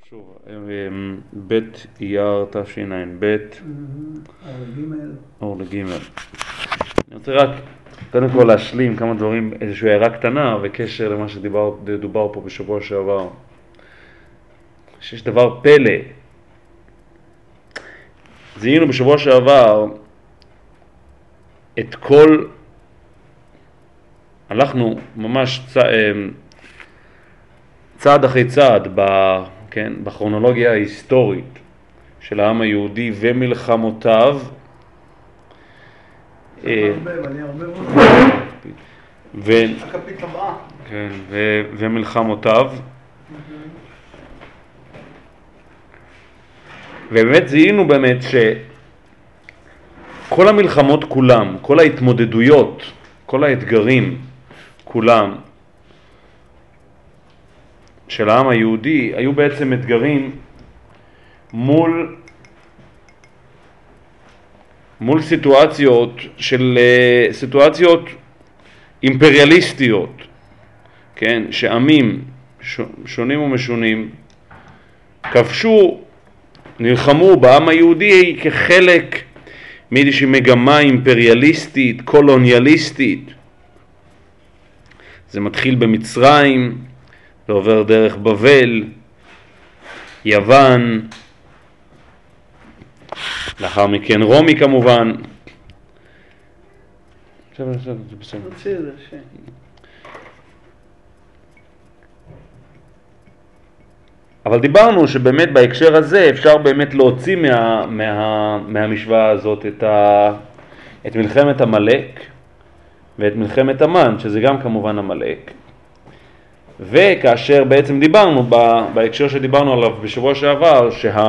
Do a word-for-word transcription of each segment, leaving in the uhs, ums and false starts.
שוב, בית אייר תשע"ב, אור לגימל. אני רוצה רק, קודם כל להשלים כמה דברים, איזושהי הערה קטנה וקשר למה שדובר פה בשבוע שעבר. שיש דבר פלא. זיהינו בשבוע שעבר את כל, הלכנו ממש צ... צעד אחרי צעד ב... כן, בכרונולוגיה ההיסטורית של העם היהודי ומלחמותיו. הכפית הבאה. כן, ו... ומלחמותיו. ובאמת זיהינו באמת שכל המלחמות כולם, כל ההתמודדויות, כל האתגרים כולם של העם היהודי היו בעצם אתגרים מול מול סיטואציות של סיטואציות אימפריאליסטיות, כן, שעמים שונים ומשונים כבשו, נלחמו בעם היהודי כחלק מאיזושהי מגמה אימפריאליסטית, קולוניאליסטית. זה מתחיל במצרים, ועובר דרך בבל, יוון, לאחר מכן רומי כמובן. עכשיו אני חושב, זה בסדר. בסדר, כן. אבל דיברנו שבאמת בהקשר הזה אפשר באמת להוציא מה, מה, מהמשוואה הזאת את, ה, את מלחמת עמלק ואת מלחמת המן, שזה גם כמובן עמלק. וכאשר בעצם דיברנו, בהקשר שדיברנו עליו בשבוע שעבר, שה,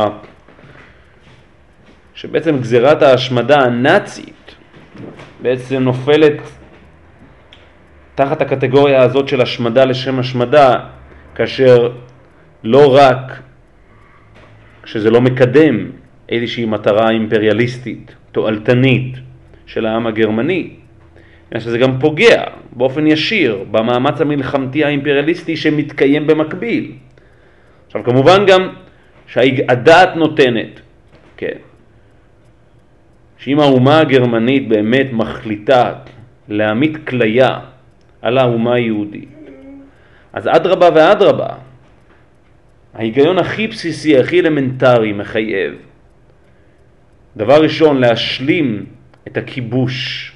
שבעצם גזירת ההשמדה הנאצית בעצם נופלת תחת הקטגוריה הזאת של השמדה לשם השמדה, כאשר לא רק שזה לא מקדם איזושהי מטרה אימפריאליסטית, תועלתנית של העם הגרמני, אלא שזה גם פוגע באופן ישיר במאמץ המלחמתי האימפריאליסטי שמתקיים במקביל. עכשיו כמובן גם שהדעת נותנת, כן, שאם האומה הגרמנית באמת מחליטה להעמיד כליה על האומה היהודית, אז אדרבה ואדרבה, ההיגיון הכי בסיסי, הכי אלמנטרי מחייב, דבר ראשון, להשלים את הכיבוש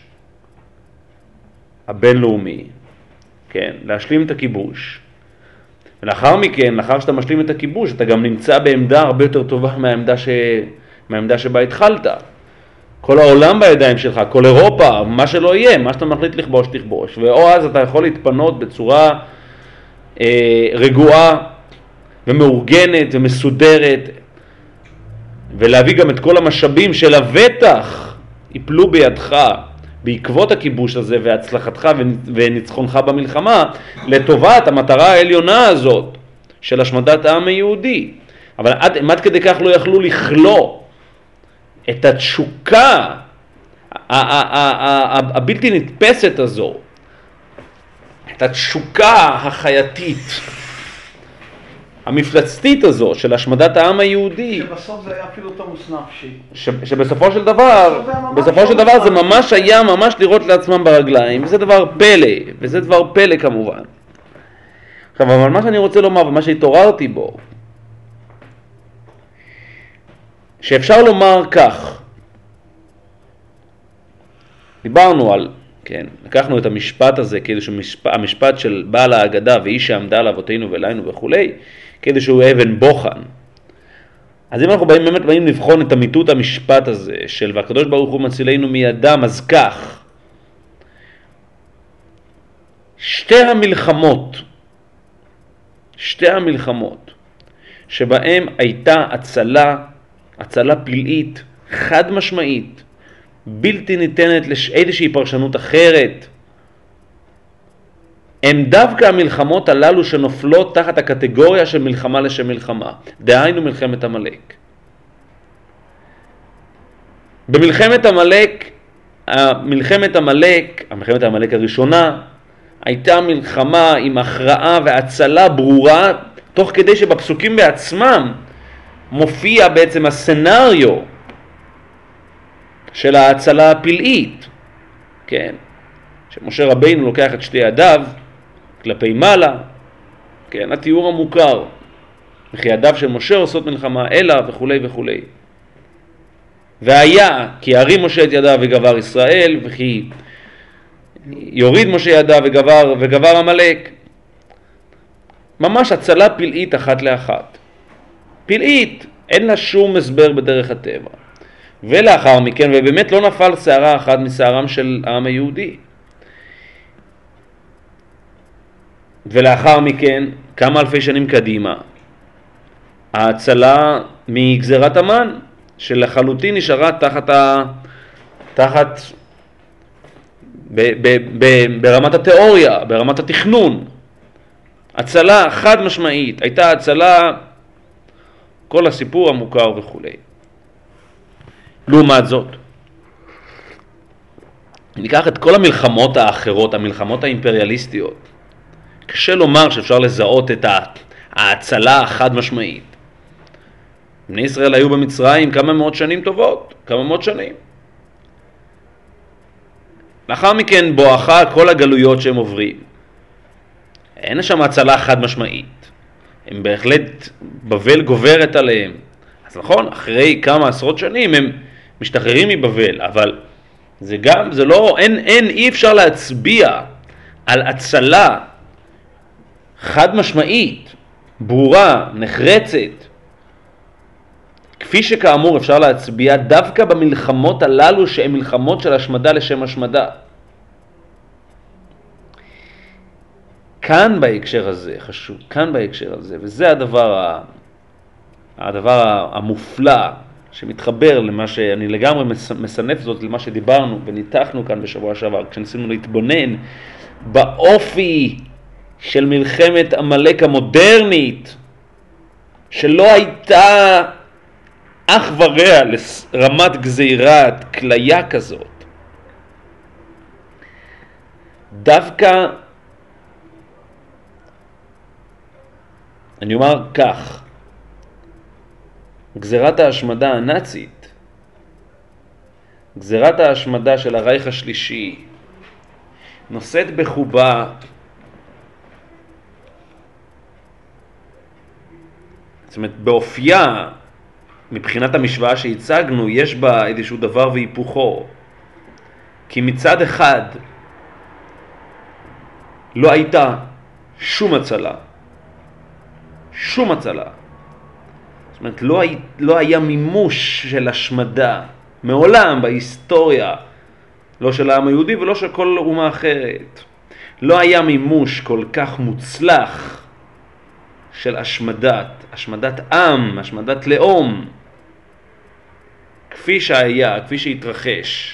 הבינלאומי, כן, להשלים את הכיבוש. ולאחר מכן, לאחר שאתה משלים את הכיבוש, אתה גם נמצא בעמדה הרבה יותר טובה מהעמדה, ש... מהעמדה שבה התחלת. כל העולם בידיים שלך, כל אירופה, מה שלא יהיה, מה שאתה מחליט לכבוש, תכבוש. ואו אז אתה יכול להתפנות בצורה אה, רגועה, ומאורגנת ומסודרת, ולהביא גם את כל המשאבים של הבטח ייפלו בידך בעקבות הכיבוש הזה והצלחתך וניצחונך במלחמה לטובת המטרה העליונה הזאת של השמדת העם היהודי. אבל עד, עד כדי כך לא יכלו לכלוא את התשוקה הבלתי נתפסת הזו, את התשוקה החייתית המפלצתית הזו של השמדת העם היהודי, שבסוף זה היה אפילו תמוס נפשי. ש, שבסופו של דבר, בסופו של דבר זה ממש היה ממש לראות לעצמם ברגליים, וזה דבר פלא, וזה דבר פלא כמובן. עכשיו, אבל מה שאני רוצה לומר, ומה שהתעוררתי בו, שאפשר לומר כך, דיברנו על, כן, לקחנו את המשפט הזה, כאילו שהמשפט של בעל ההגדה, ואיש שעמדה לאבותינו ואלינו וכולי, כאילו שהוא אבן בוחן. אז אם אנחנו באים, באמת באים לבחון את אמיתות המשפט הזה, של והקדוש ברוך הוא מצילנו מידם, אז כך, שתי המלחמות, שתי המלחמות, שבהם הייתה הצלה, הצלה פלאית, חד משמעית, בלתי ניתנת לאיזושהי פרשנות אחרת, הם דווקא המלחמות הללו שנופלות תחת הקטגוריה של מלחמה לשם מלחמה, דהיינו מלחמת עמלק. במלחמת עמלק, מלחמת עמלק, מלחמת עמלק הראשונה, הייתה מלחמה עם הכרעה והצלה ברורה תוך כדי שבפסוקים בעצמם מופיע בעצם הסנריו של ההצלה הפלאית, כן? שמשה רבינו לוקח את שתי ידיו כלפי מעלה, כן? התיאור המוכר, וכי ידיו של משה עושות מלחמה אלה וכו' וכו'. והיה כי ירים משה את ידיו וגבר ישראל, וכי יוריד משה ידיו וגבר, וגבר עמלק. ממש הצלה פלאית אחת לאחת. פלאית, אין לה שום הסבר בדרך הטבע. ולאחר מכן, ובאמת לא נפל שערה אחת משערם של העם היהודי. ולאחר מכן, כמה אלפי שנים קדימה, ההצלה מגזירת המן, שלחלוטין נשארה תחת ה... תחת... ב, ב, ב, ברמת התיאוריה, ברמת התכנון. הצלה חד משמעית, הייתה הצלה, כל הסיפור המוכר וכו'. לעומת זאת, ניקח את כל המלחמות האחרות, המלחמות האימפריאליסטיות. קשה לומר שאפשר לזהות את ההצלה החד משמעית. בני ישראל היו במצרים כמה מאות שנים טובות, כמה מאות שנים. לאחר מכן בואכה כל הגלויות שהם עוברים. אין שם הצלה חד משמעית. הם בהחלט, בבל גוברת עליהם. אז נכון, אחרי כמה עשרות שנים הם משתחררים מבבל, אבל זה גם, זה לא, אין, אין, אי אפשר להצביע על הצלה חד משמעית, ברורה, נחרצת, כפי שכאמור אפשר להצביע דווקא במלחמות הללו שהן מלחמות של השמדה לשם השמדה. כאן בהקשר הזה, חשוב, כאן בהקשר הזה, וזה הדבר, ה, הדבר המופלא שמתחבר למה שאני לגמרי מסנף זאת למה שדיברנו וניתחנו כאן בשבוע שעבר, כשניסינו להתבונן באופי של מלחמת עמלק המודרנית, שלא הייתה אך ורע לרמת גזירת כליה כזאת. דווקא, אני אומר כך, גזירת ההשמדה הנאצית, גזירת ההשמדה של הרייך השלישי, נושאת בחובה זאת אומרת, באופייה, מבחינת המשוואה שהצגנו, יש בה איזשהו דבר והיפוכו. כי מצד אחד לא הייתה שום הצלה. שום הצלה. זאת אומרת, לא, הי, לא היה מימוש של השמדה. מעולם בהיסטוריה, לא של העם היהודי ולא של כל אומה אחרת. לא היה מימוש כל כך מוצלח של השמדת, השמדת עם, השמדת לאום, כפי שהיה, כפי שהתרחש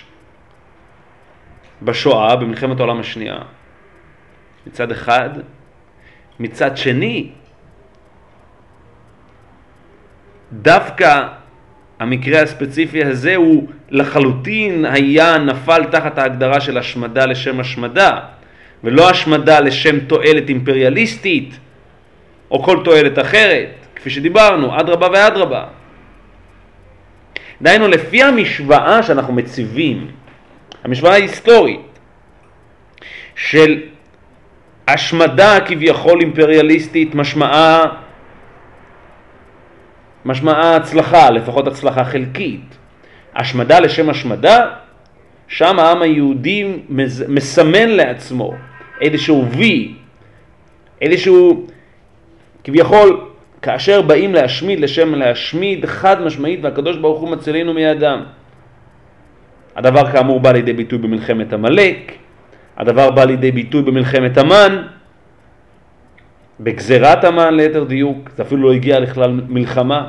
בשואה, במלחמת העולם השנייה. מצד אחד, מצד שני, דווקא המקרה הספציפי הזה הוא לחלוטין היה נפל תחת ההגדרה של השמדה לשם השמדה, ולא השמדה לשם תועלת אימפריאליסטית, או כל תועלת אחרת, כפי שדיברנו, אדרבה ואדרבה. דהיינו, לפי המשוואה שאנחנו מציבים, המשוואה ההיסטורית, של השמדה כביכול אימפריאליסטית, משמעה, משמעה הצלחה, לפחות הצלחה חלקית. השמדה לשם השמדה, שם העם היהודי מסמן לעצמו איזשהו וי, איזשהו כביכול, כאשר באים להשמיד לשם להשמיד חד משמעית, והקדוש ברוך הוא מצילנו מידם. הדבר כאמור בא לידי ביטוי במלחמת עמלק, הדבר בא לידי ביטוי במלחמת המן, בגזירת המן ליתר דיוק, זה אפילו לא הגיע לכלל מלחמה.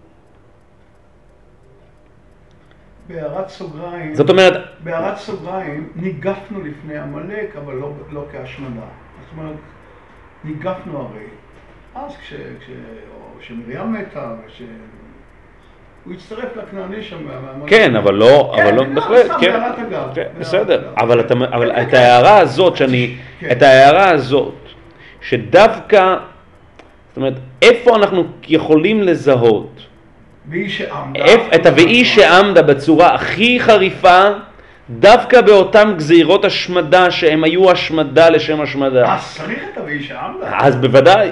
בהערת סוגריים, זאת אומרת, בהערת סוגריים ניגפנו לפני עמלק, אבל לא, לא כהשמדה. זאת אומרת, ניגפנו הרי. אז כש, כש, כשמרים מתה, כש... הוא הצטרף לכנעני שם. כן, אבל לא, אבל לא, בהחלט, כן, בסדר. אבל את ההערה הזאת, שאני, את ההערה הזאת, שדווקא, זאת אומרת, איפה אנחנו יכולים לזהות והיא שעמדה. את ה"ואי שעמדה" בצורה הכי חריפה, דווקא באותם גזירות השמדה שהם היו השמדה לשם השמדה. אז צריך את ה"ואי שעמדה. אז בוודאי.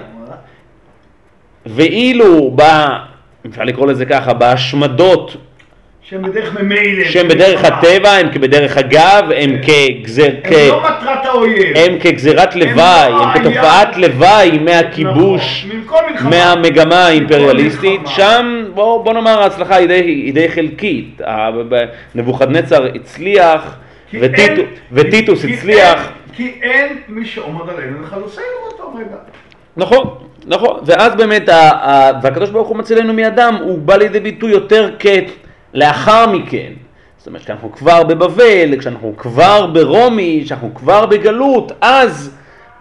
ואילו, אפשר לקרוא לזה ככה, בהשמדות, שהם בדרך ממילא. שהם בדרך הטבע, הם כבדרך אגב, הם כגזר... הם לא מטרת האויב. הם כגזירת לוואי, הם כתופעת לוואי מהכיבוש, מהמגמה האימפריאליסטית. שם, בוא נאמר, ההצלחה היא די חלקית. נבוכדנצר הצליח, וטיטוס הצליח. כי אין מי שעומד עלינו לחלוצינו באותו רגע. נכון, נכון. ואז באמת, והקדוש ברוך הוא מצילנו מאדם, הוא בא לידי ביטוי יותר לאחר מכן. זאת אומרת, כשאנחנו כבר בבבל, כשאנחנו כבר ברומי, כשאנחנו כבר בגלות, אז,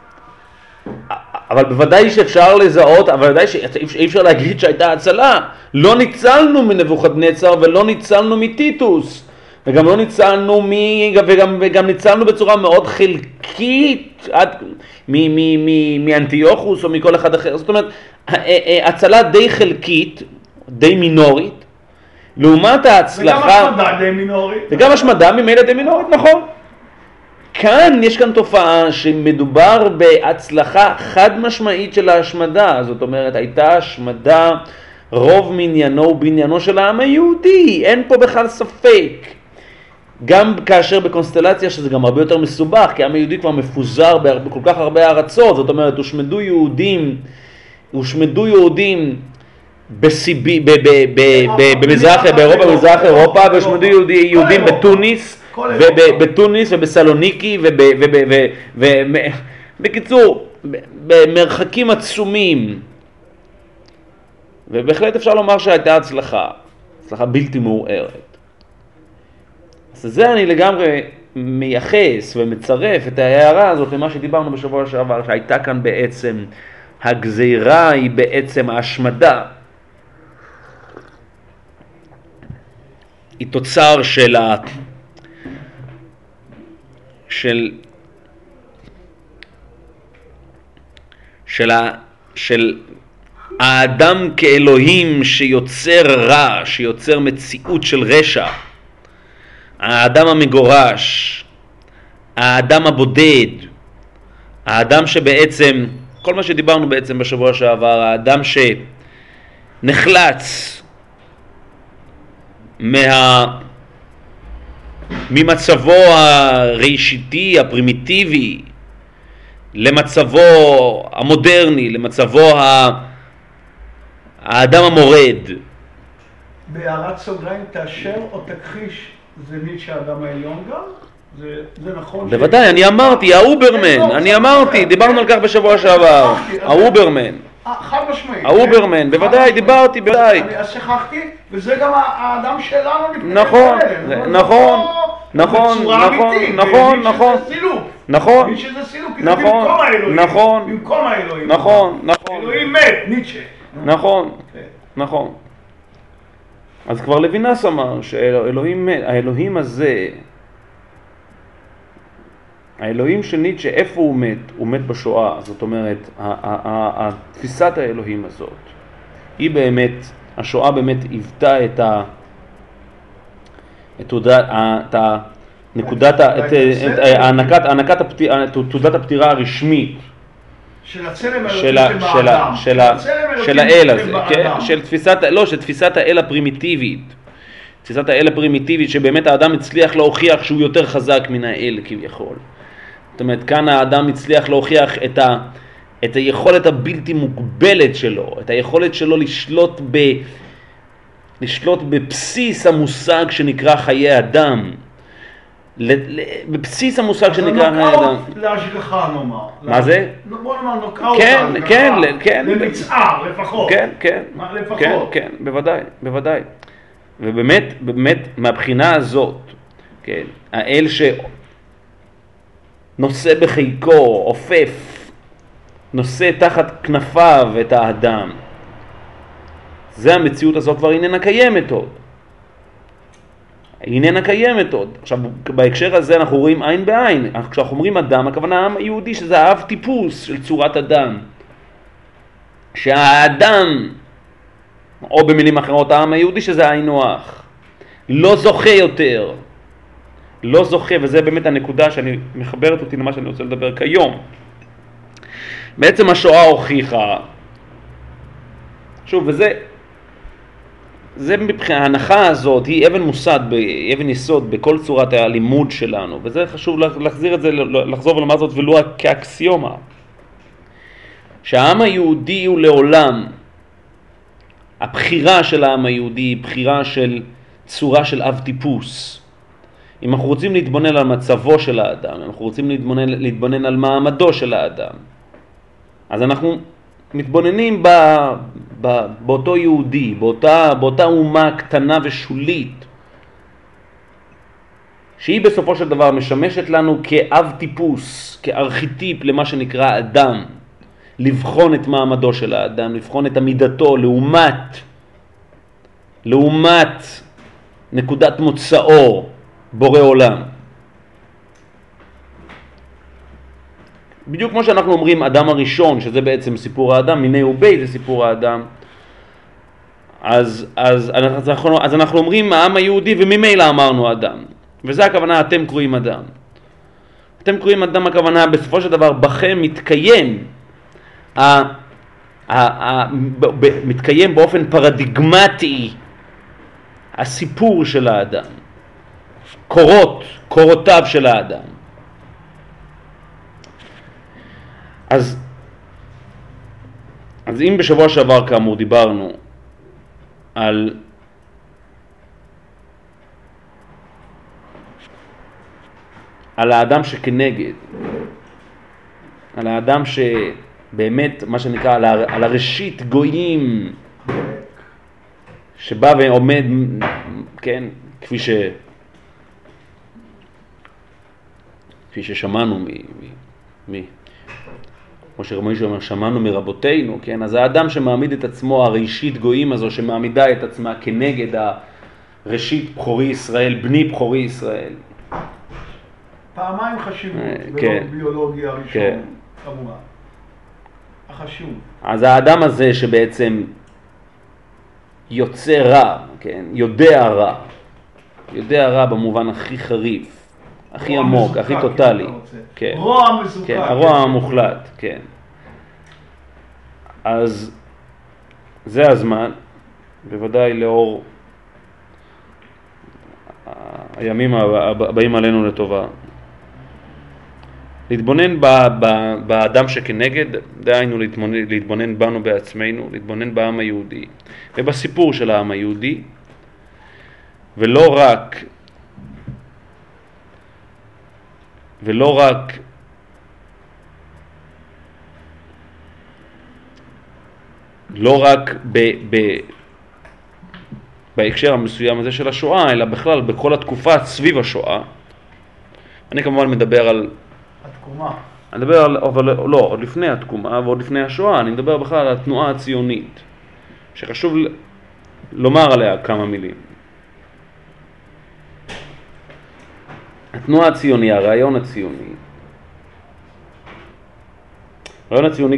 אבל בוודאי שאפשר לזהות, אבל בוודאי שאי אפשר להגיד שהייתה הצלה. לא ניצלנו מנבוכדנצר ולא ניצלנו מטיטוס, וגם לא ניצלנו מ... וגם, וגם ניצלנו בצורה מאוד חלקית עד... מ- מ- מ- מאנטיוכוס או מכל אחד אחר. זאת אומרת, הצלה די חלקית, די מינורית, לעומת ההצלחה... וגם השמדה די מינורית. וגם השמדה ממילא די מינורית, נכון. כאן, יש כאן תופעה שמדובר בהצלחה חד משמעית של ההשמדה. זאת אומרת, הייתה השמדה רוב מניינו ובניינו של העם היהודי. אין פה בכלל ספק. גם כאשר בקונסטלציה שזה גם הרבה יותר מסובך, כי העם היהודי כבר מפוזר בכל כך הרבה ארצות. זאת אומרת, הושמדו יהודים, הושמדו יהודים בסיבי, במזרח, באירופה, במזרח אירופה, והושמדו יהודים בתוניס, ובתוניס ובסלוניקי, ובקיצור, במרחקים עצומים. ובהחלט אפשר לומר שהייתה הצלחה, הצלחה בלתי מעורערת. אז זה אני לגמרי מייחס ומצרף את ההערה הזאת למה שדיברנו בשבוע שעבר, שהייתה כאן בעצם, הגזירה היא בעצם ההשמדה. היא תוצר של ה... של... של ה... של האדם כאלוהים שיוצר רע, שיוצר מציאות של רשע. האדם המגורש, האדם הבודד, האדם שבעצם, כל מה שדיברנו בעצם בשבוע שעבר, האדם שנחלץ מה, ממצבו הראשיתי, הפרימיטיבי, למצבו המודרני, למצבו ה, האדם המורד. בהערת סוגריים, תאשר או תכחיש, זה ניטשה האדם העליון גם? זה, זה נכון? בוודאי, אני אמרתי, האוברמן, אני אמרתי, דיברנו על כך בשבוע שעבר, האוברמן. חד משמעית. האוברמן, בוודאי, דיברתי, בוודאי. אני שכחתי, וזה גם האדם שלנו. נכון, נכון, נכון, נכון, נכון, נכון. נכון, מי שזה סילוק, כי זה נכון, במקום האלוהים. נכון, במקום האלוהים. נכון, נכון. אלוהים מת, ניטשה. נכון, נכון. אז כבר לוינס אמר שהאלוהים מת, האלוהים הזה, האלוהים של ניטשה, איפה הוא מת? הוא מת בשואה. זאת אומרת, התפיסת האלוהים הזאת, היא באמת, השואה באמת היוותה את ה... את נקודת, את הענקת תעודת הפטירה הרשמית של הצלם של האדם, של האל הזה, של תפיסת, לא, של תפיסת האל הפרימיטיבית, תפיסת האל הפרימיטיבית שבאמת האדם הצליח להוכיח שהוא יותר חזק מן האל כביכול. זאת אומרת, כאן האדם הצליח להוכיח את ה, את היכולת הבלתי מוגבלת שלו, את היכולת שלו לשלוט ב, לשלוט בבסיס המושג שנקרא חיי אדם. בבסיס המושג שנקרא חיי אדם. נוקאוט להשגחה נאמר. מה זה? בוא נאמר נוקאוט להשגחה. כן, כן, כן. למצער לפחות. כן, כן. לפחות. כן, כן, בוודאי, בוודאי. ובאמת, באמת, מהבחינה הזאת, כן, האל שנושא בחיקו, עופף, נושא תחת כנפיו את האדם, זה המציאות הזאת כבר איננה קיימת עוד. איננה קיימת עוד. עכשיו, בהקשר הזה אנחנו רואים עין בעין. כשאנחנו אומרים אדם, הכוונה העם היהודי שזה האב טיפוס של צורת אדם. שהאדם, או במילים אחרות העם היהודי, שזה היינו הך, לא זוכה יותר, לא זוכה, וזה באמת הנקודה שאני מחברת אותי למה שאני רוצה לדבר כיום. בעצם השואה הוכיחה, שוב, וזה, זה מבחינת, ההנחה הזאת היא אבן מוסד, אבן יסוד בכל צורת הלימוד שלנו, וזה חשוב להחזיר את זה, לחזור ולומר זאת ולא כאקסיומה, שהעם היהודי הוא לעולם, הבחירה של העם היהודי היא בחירה של צורה של אב טיפוס. אם אנחנו רוצים להתבונן על מצבו של האדם, אם אנחנו רוצים להתבונן, להתבונן על מעמדו של האדם, אז אנחנו מתבוננים ב, ב, באותו יהודי, באותה, באותה אומה קטנה ושולית, שהיא בסופו של דבר משמשת לנו כאב טיפוס, כארכיטיפ למה שנקרא אדם, לבחון את מעמדו של האדם, לבחון את עמידתו לעומת, לעומת נקודת מוצאו, בורא עולם. בדיוק כמו שאנחנו אומרים אדם הראשון, שזה בעצם סיפור האדם, מיני ובי זה סיפור האדם, אז, אז, אז, אנחנו, אז אנחנו אומרים העם היהודי וממילא אמרנו אדם, וזה הכוונה אתם קרואים אדם. אתם קרואים אדם, הכוונה בסופו של דבר בכם מתקיים, ה, ה, ה, ב, ב, מתקיים באופן פרדיגמטי הסיפור של האדם, קורות, קורותיו של האדם. אז, אז אם בשבוע שעבר כאמור דיברנו על על האדם שכנגד, על האדם שבאמת מה שנקרא על, ה, על הראשית גויים שבא ועומד, כן, כפי ש כפי ששמענו מ מ, מ כמו שרמוישו אומר, שמענו מרבותינו, כן? אז האדם שמעמיד את עצמו, הראשית גויים הזו, שמעמידה את עצמה כנגד הראשית בחורי ישראל, בני בחורי ישראל. פעמיים חשיבות, כן. ולא ביולוגיה ראשון, כן. כמובן. החשוב. אז האדם הזה שבעצם יוצא רע, כן? יודע רע. יודע רע במובן הכי חריף. הכי עמוק, הכי טוטלי. כן. רוע מסוכן. כן, הרוע המוחלט, כן. אז זה הזמן, בוודאי לאור הימים הבאים עלינו לטובה. להתבונן באדם שכנגד, דהיינו להתבונן בנו בעצמנו, להתבונן בעם היהודי, ובסיפור של העם היהודי, ולא רק ולא רק לא רק ב, ב, בהקשר המסוים הזה של השואה, אלא בכלל בכל התקופה סביב השואה. אני כמובן מדבר על התקומה. אני מדבר על, אבל לא, עוד לפני התקומה ועוד לפני השואה, אני מדבר בכלל על התנועה הציונית, שחשוב לומר עליה כמה מילים. התנועה הציוני, הרעיון הציוני, הרעיון הציוני,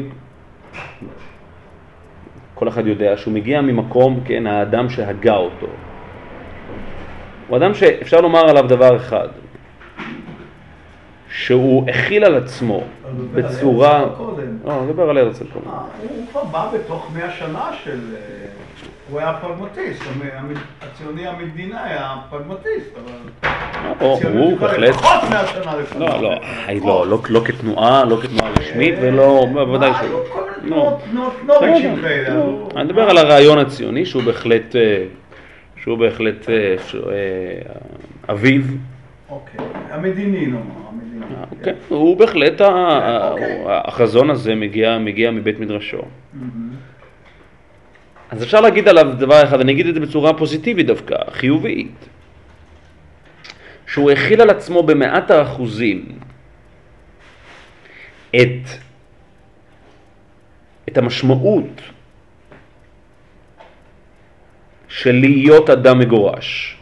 כל אחד יודע שהוא מגיע ממקום, כן, האדם שהגה אותו. הוא אדם שאפשר לומר עליו דבר אחד, שהוא הכיל על עצמו בצורה... לא, אני מדבר על הרצל קודם. הוא כבר בא בתוך מאה שנה של... הוא היה פרגמטיסט, הציוני המדינה היה פרגמטיסט, אבל... הוא בהחלט... לפחות מאה שנה לפני. לא, לא, לא כתנועה, לא כתנועה רשמית ולא... בוודאי שלא. כל מיני תנועות רגשים כאלה. אני מדבר על הרעיון הציוני שהוא בהחלט... שהוא בהחלט אביו. אוקיי, המדיני נאמר, המדיני. אוקיי, הוא בהחלט, החזון הזה מגיע מבית מדרשו. אז אפשר להגיד עליו דבר אחד, אני אגיד את זה בצורה פוזיטיבית דווקא, חיובית. שהוא הכיל על עצמו במאת האחוזים את, את המשמעות של להיות אדם מגורש.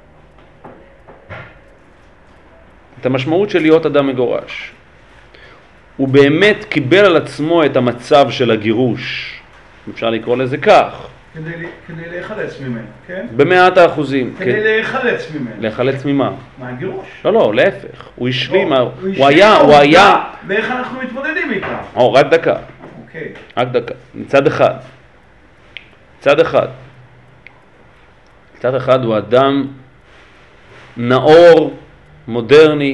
את המשמעות של להיות אדם מגורש. הוא באמת קיבל על עצמו את המצב של הגירוש אפשר לקרוא לזה כך. כדי, כדי להיחלץ ממנו, כן? במאת האחוזים. כדי כן. להיחלץ ממנו. להיחלץ ממה? מהגירוש. לא, לא, להפך. הוא השלים, לא, הוא, הוא הוא היה, הוא היה... ואיך אנחנו מתמודדים איתה? או, רק דקה. אוקיי. רק דקה. מצד אחד. מצד אחד. מצד אחד הוא אדם נאור, מודרני,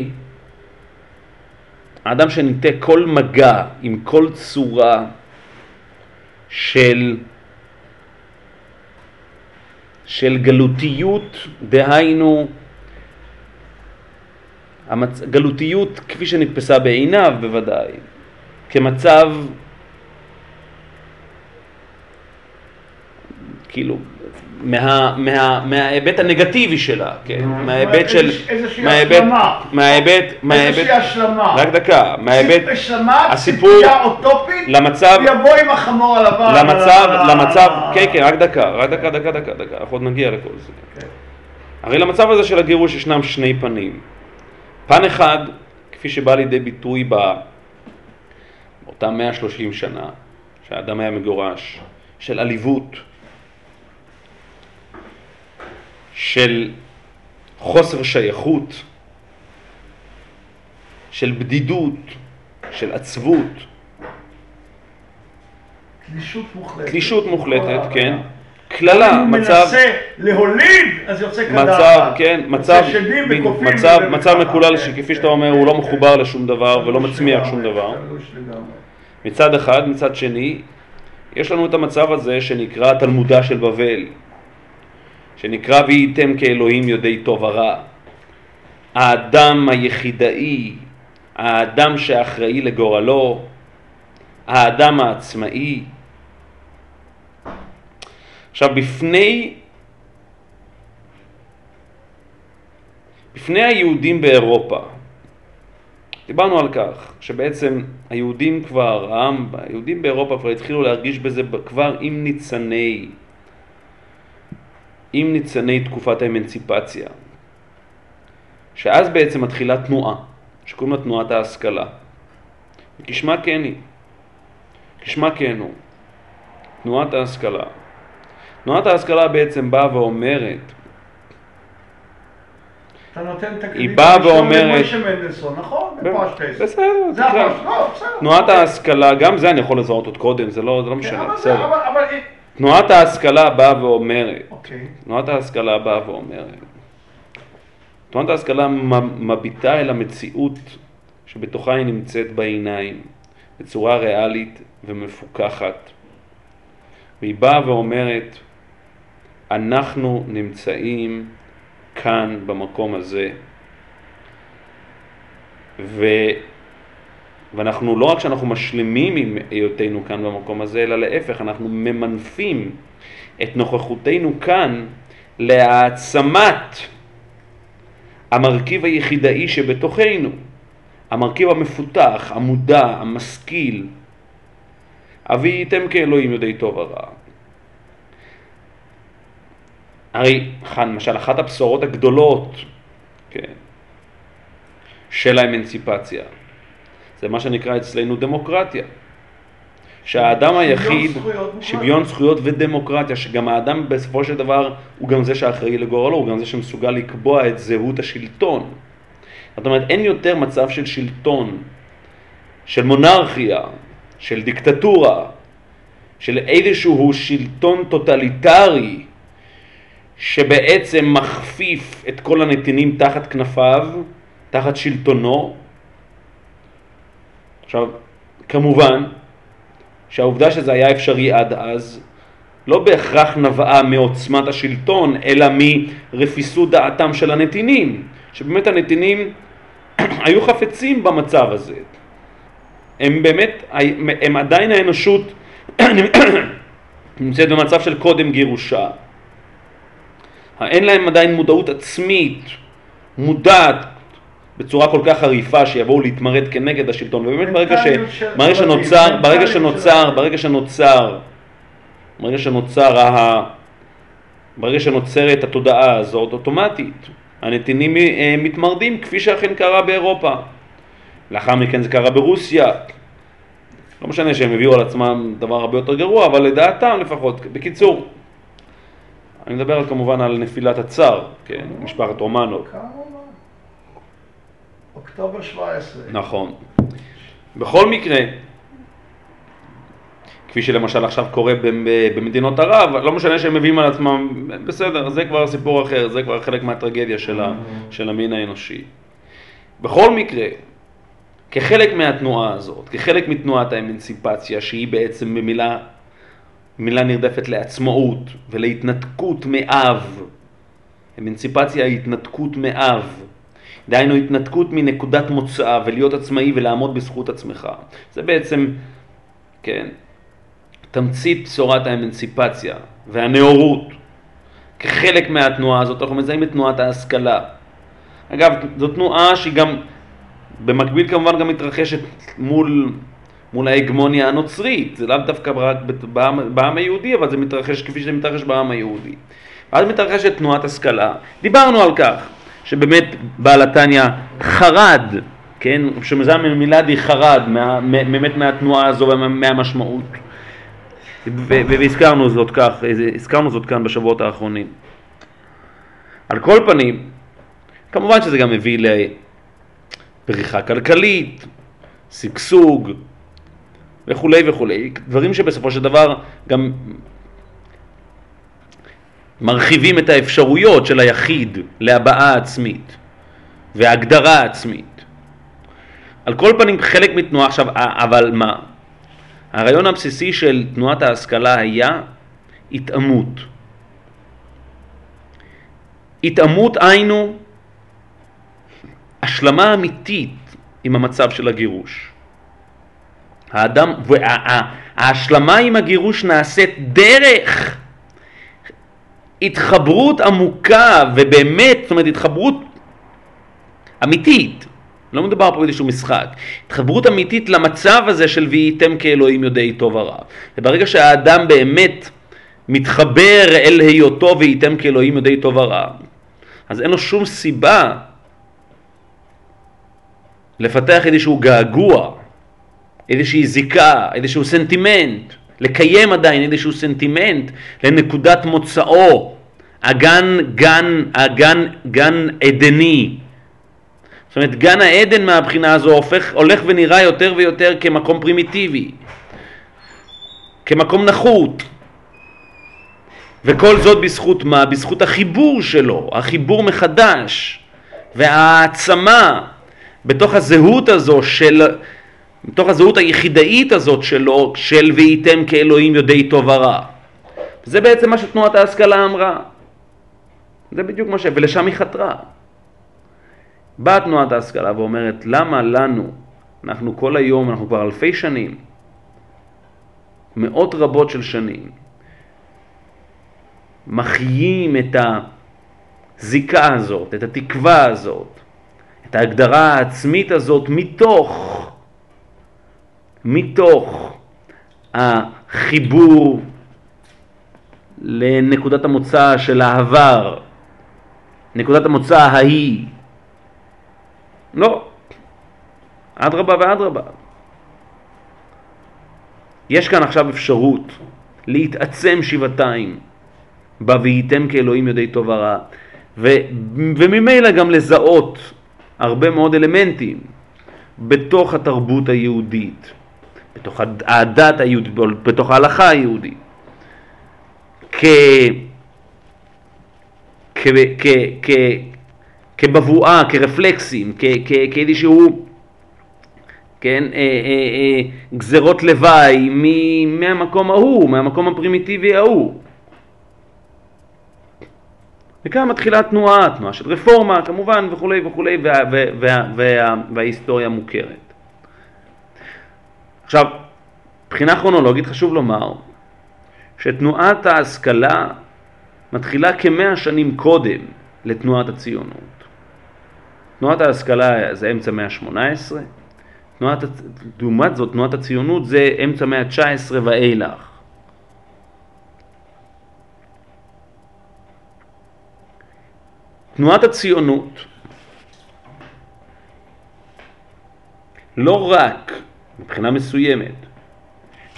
האדם שניתק כל מגע עם כל צורה של של גלותיות, דהיינו המצ... גלותיות כפי שנתפסה בעיניו בוודאי, כמצב כאילו מה, מה, מההיבט הנגטיבי שלה, כן? מההיבט של... איזושהי השלמה. מההיבט... איזושהי השלמה. רק דקה, מההיבט... השלמה, הסיפור... ציפייה אוטופית, למצב... ויבוא עם החמור הלבן. למצב, למצב... כן, כן, רק דקה, רק דקה, דקה, דקה, דקה, אנחנו עוד נגיע לכל זה. הרי למצב הזה של הגירוש ישנם שני פנים. פן אחד, כפי שבא לידי ביטוי באותם מאה ושלושים שנה, שהאדם היה מגורש, של עליבות, של חוסר שייכות, של בדידות, של עצבות. תלישות מוחלטת. תלישות מוחלטת, כן. כללה, אם הוא מצב... מנסה להוליד, אז יוצא קדחת. מצב, כן, מצב... שדים וקופים. מצב, מצב מקולל שכפי שאתה אומר, הוא לא מחובר לשום דבר ולא מצמיח שום דבר. מצד אחד, מצד שני, יש לנו את המצב הזה שנקרא תלמודה של בבל. שנקרא והייתם כאלוהים יודעי טוב ורע. האדם היחידאי, האדם שאחראי לגורלו, האדם העצמאי. עכשיו, בפני, בפני היהודים באירופה, דיברנו על כך שבעצם היהודים כבר, העם, היהודים באירופה כבר התחילו להרגיש בזה כבר עם ניצני, עם ניצני תקופת האמנציפציה, שאז בעצם מתחילה תנועה, שקוראים לה תנועת ההשכלה. כשמה כן היא, כשמה כן הוא, תנועת ההשכלה. תנועת ההשכלה בעצם באה ואומרת, אתה נותן את היא באה ואומרת, למשה מנדלסון, נכון? בפשטס. בסדר, זה הפשטס, לא, בסדר. תנועת ההשכלה, גם זה אני יכול לזהות עוד קודם, זה לא משנה, בסדר. אבל... תנועת ההשכלה באה ואומרת, אוקיי. תנועת ההשכלה באה ואומרת, תנועת ההשכלה מביטה אל המציאות שבתוכה היא נמצאת בעיניים, בצורה ריאלית ומפוקחת. והיא באה ואומרת, אנחנו נמצאים כאן במקום הזה, ו... ואנחנו לא רק שאנחנו משלימים עם היותנו כאן במקום הזה, אלא להפך, אנחנו ממנפים את נוכחותנו כאן להעצמת המרכיב היחידאי שבתוכנו, המרכיב המפותח, המודע, המשכיל. והייתם כאלוהים יודעי טוב ורע. הרי, למשל, אחת הבשורות הגדולות, כן, של האמנציפציה, זה מה שנקרא אצלנו דמוקרטיה. שהאדם היחיד, שוויון זכויות ודמוקרטיה, שגם האדם בסופו של דבר הוא גם זה שאחראי לגורלו, הוא גם זה שמסוגל לקבוע את זהות השלטון. זאת אומרת, אין יותר מצב של שלטון, של מונרכיה, של דיקטטורה, של איזשהו שלטון טוטליטרי, שבעצם מכפיף את כל הנתינים תחת כנפיו, תחת שלטונו. עכשיו, כמובן, שהעובדה שזה היה אפשרי עד אז, לא בהכרח נבעה מעוצמת השלטון, אלא מרפיסות דעתם של הנתינים, שבאמת הנתינים היו חפצים במצב הזה. הם באמת, הם עדיין האנושות נמצאת במצב של קודם גירושה. אין להם עדיין מודעות עצמית, מודעת, בצורה כל כך חריפה שיבואו להתמרד כנגד השלטון. ובאמת ברגע ש... ברגע שנוצר, ברגע שנוצר, ברגע שנוצר, ברגע שנוצר, ברגע שנוצרת התודעה הזאת, אוטומטית, הנתינים מתמרדים כפי שאכן קרה באירופה. לאחר מכן זה קרה ברוסיה. לא משנה שהם הביאו על עצמם דבר הרבה יותר גרוע, אבל לדעתם לפחות. בקיצור, אני מדבר כמובן על נפילת הצאר, כן, משפחת רומנוב. אוקטובר שבע עשרה. נכון. בכל מקרה, כפי שלמשל עכשיו קורה במדינות ערב, לא משנה שהם מביאים על עצמם, בסדר, זה כבר סיפור אחר, זה כבר חלק מהטרגדיה של, ה, של המין האנושי. בכל מקרה, כחלק מהתנועה הזאת, כחלק מתנועת האמנסיפציה, שהיא בעצם במילה מילה נרדפת לעצמאות ולהתנתקות מאב. אמנסיפציה היא התנתקות מאב. דהיינו התנתקות מנקודת מוצאה ולהיות עצמאי ולעמוד בזכות עצמך. זה בעצם, כן, תמצית בשורת האמנסיפציה והנאורות. כחלק מהתנועה הזאת, אנחנו מזהים את תנועת ההשכלה. אגב, זו תנועה שהיא גם, במקביל כמובן גם מתרחשת מול, מול ההגמוניה הנוצרית. זה לאו דווקא רק בעם, בעם היהודי, אבל זה מתרחש כפי שזה מתרחש בעם היהודי. ואז מתרחשת תנועת השכלה. דיברנו על כך שבאמת בעל התניא חרד, כן? שמזהה מילדי חרד, מה, באמת מהתנועה הזו ומהמשמעות. והזכרנו זאת כך, הזכרנו זאת כאן בשבועות האחרונים. על כל פנים, כמובן שזה גם מביא לפריחה כלכלית, סגסוג וכו' וכו'. דברים שבסופו של דבר גם מרחיבים את האפשרויות של היחיד להבעה עצמית והגדרה עצמית. על כל פנים חלק מתנועה עכשיו, אבל מה? הרעיון הבסיסי של תנועת ההשכלה היה התאמות. התאמות היינו השלמה אמיתית עם המצב של הגירוש. האדם, וההשלמה עם הגירוש נעשית דרך התחברות עמוקה ובאמת, זאת אומרת התחברות אמיתית. לא מדובר פה באיזשהו משחק. התחברות אמיתית למצב הזה של והייתם כאלוהים יודעי טוב ורע. וברגע שהאדם באמת מתחבר אל היותו והייתם כאלוהים יודעי טוב ורע, אז אין לו שום סיבה לפתח איזשהו געגוע, איזושהי זיקה, איזשהו סנטימנט, לקיים עדיין איזשהו סנטימנט לנקודת מוצאו, הגן, גן, הגן, גן עדני. זאת אומרת, גן העדן מהבחינה הזו הופך, הולך ונראה יותר ויותר כמקום פרימיטיבי, כמקום נחות. וכל זאת בזכות מה? בזכות החיבור שלו, החיבור מחדש, והעצמה בתוך הזהות הזו של, בתוך הזהות היחידאית הזאת שלו, של והייתם כאלוהים יודעי טוב ורע. זה בעצם מה שתנועת ההשכלה אמרה. זה בדיוק מה ש... ולשם היא חתרה. באה תנועת ההשכלה ואומרת, למה לנו, אנחנו כל היום, אנחנו כבר אלפי שנים, מאות רבות של שנים, מחיים את הזיקה הזאת, את התקווה הזאת, את ההגדרה העצמית הזאת מתוך, מתוך החיבור לנקודת המוצא של העבר, נקודת המוצא ההיא. לא, אדרבה ואדרבה. יש כאן עכשיו אפשרות להתעצם שבעתיים ב"והייתם כאלוהים יודעי טוב ורע", ו- וממילא גם לזהות הרבה מאוד אלמנטים בתוך התרבות היהודית, בתוך הדת היהודית, בתוך ההלכה היהודית, כ... כ... כ... כ... כבבואה, כרפלקסים, כ... כ... כאיזשהו, כן, אה, אה, אה, גזרות לוואי מ... מהמקום ההוא, מהמקום הפרימיטיבי ההוא. וכאן מתחילה תנועה, תנועה של רפורמה, כמובן, וכו' וכו', וה, וה, וה, וה, וההיסטוריה מוכרת. עכשיו, מבחינה כרונולוגית חשוב לומר שתנועת ההשכלה מתחילה כמאה שנים קודם לתנועת הציונות. תנועת ההשכלה זה אמצע מאה ה-שמונה עשרה, תנועת, לעומת זאת, תנועת הציונות זה אמצע מאה ה-תשע עשרה ואילך. תנועת הציונות לא רק מבחינה מסוימת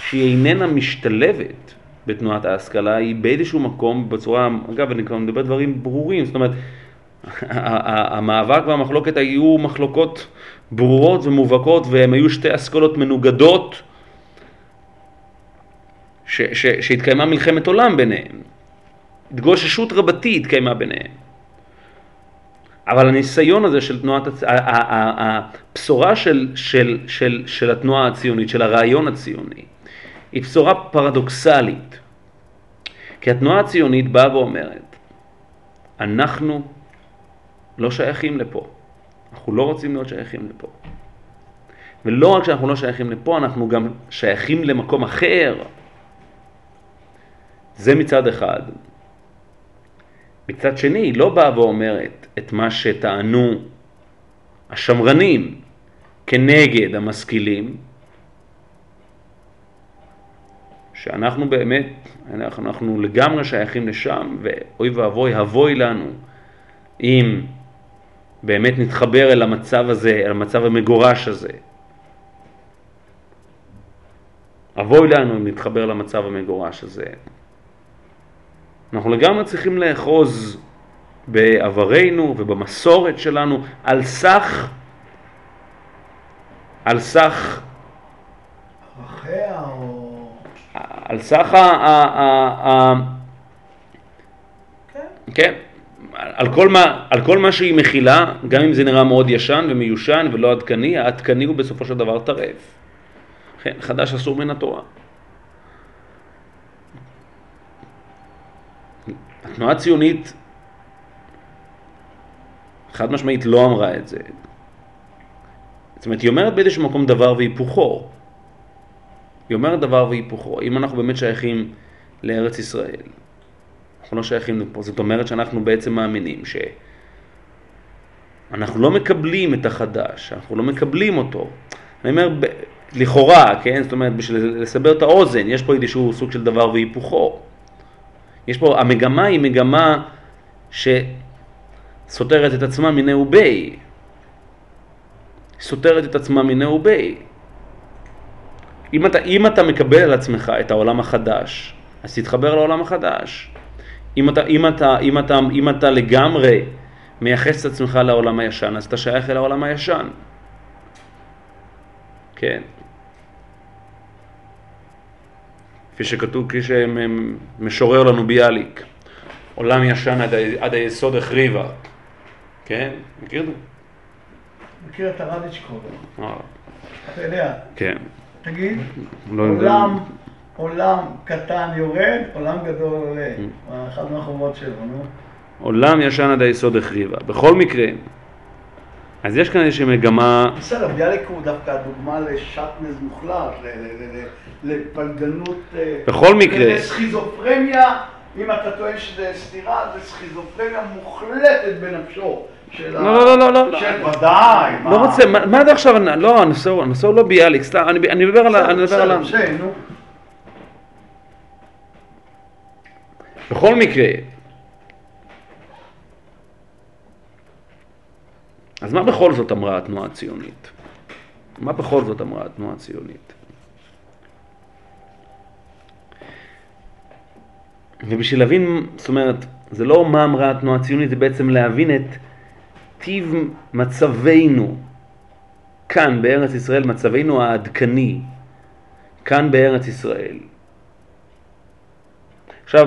שהיא איננה משתלבת בתנועת ההשכלה, היא באיזשהו מקום בצורה, אגב, אני כבר מדבר דברים ברורים, זאת אומרת, המאבק והמחלוקת היו מחלוקות ברורות ומובהקות, והן היו שתי אסכולות מנוגדות, ש- ש- שהתקיימה מלחמת עולם ביניהן. התגוששות רבתי התקיימה ביניהן. אבל הניסיון הזה של תנועת, הבשורה של, של, של, של התנועה הציונית, של הרעיון הציוני, היא בשורה פרדוקסלית. כי התנועה הציונית באה ואומרת, אנחנו לא שייכים לפה. אנחנו לא רוצים להיות שייכים לפה. ולא רק שאנחנו לא שייכים לפה, אנחנו גם שייכים למקום אחר. זה מצד אחד. מצד שני, היא לא באה ואומרת את מה שטענו השמרנים כנגד המשכילים, שאנחנו באמת, אנחנו, אנחנו לגמרי שייכים לשם, ואוי ואבוי, הבוי לנו, אם באמת נתחבר אל המצב הזה, אל המצב המגורש הזה. הבוי לנו אם נתחבר למצב המגורש הזה. אנחנו לגמרי צריכים לאחוז בעברנו ובמסורת שלנו על סך, על סך, ערכיה או... על סך ה... ה, ה, ה כן. כן, על כל מה, על כל מה שהיא מכילה, גם אם זה נראה מאוד ישן ומיושן ולא עדכני, העדכני הוא בסופו של דבר טרף. כן, חדש אסור מן התורה. התנועה הציונית חד משמעית לא אמרה את זה. זאת אומרת, היא אומרת באיזשהו מקום דבר והיפוכו. היא אומרת דבר והיפוכו. אם אנחנו באמת שייכים לארץ ישראל, אנחנו לא שייכים לפה. זאת אומרת שאנחנו בעצם מאמינים שאנחנו לא מקבלים את החדש, אנחנו לא מקבלים אותו. אני אומר, לכאורה, כן? זאת אומרת, בשביל לסבר את האוזן, יש פה איזשהו סוג של דבר והיפוכו. יש פה, המגמה היא מגמה שסותרת את עצמה מיני ובי. סותרת את עצמה מיני ובי. אם אתה, אם אתה מקבל על עצמך את העולם החדש, אז תתחבר לעולם החדש. אם אתה, אם אתה, אם אתה, אם אתה לגמרי מייחס את עצמך לעולם הישן, אז אתה שייך אל העולם הישן. כן. כפי שכתוב, כפי שמשורר לנו ביאליק, עולם ישן עד, עד היסוד החריבה. כן? מכיר את זה? מכיר את הרדיצ'קוב. אה. אתה יודע. כן. תגיד, לא עולם, עולם קטן יורד, עולם גדול עולה. אחד מהחומות שלו, נו. עולם ישן עד היסוד החריבה. בכל מקרה, אז יש כאן איזושהי מגמה... בסדר, ביאליק הוא דווקא דוגמה לשטנז מוחלט, לפלגנות... בכל מקרה... לסכיזופרניה, אם אתה טוען שזה סתירה, זה סכיזופרניה מוחלטת בנפשו. לא, לא, לא, לא. של ודאי. לא רוצה, מה עד עכשיו? לא, הנושא הוא לא ביאליק, סתם, אני מדבר על... בסדר, בסדר, נו. בכל מקרה, אז מה בכל זאת אמרה התנועה הציונית? מה בכל זאת אמרה התנועה הציונית? ובשביל להבין, זאת אומרת, זה לא מה אמרה התנועה הציונית, זה בעצם להבין את טיב מצבנו כאן בארץ ישראל, מצבנו העדכני, כאן בארץ ישראל. עכשיו,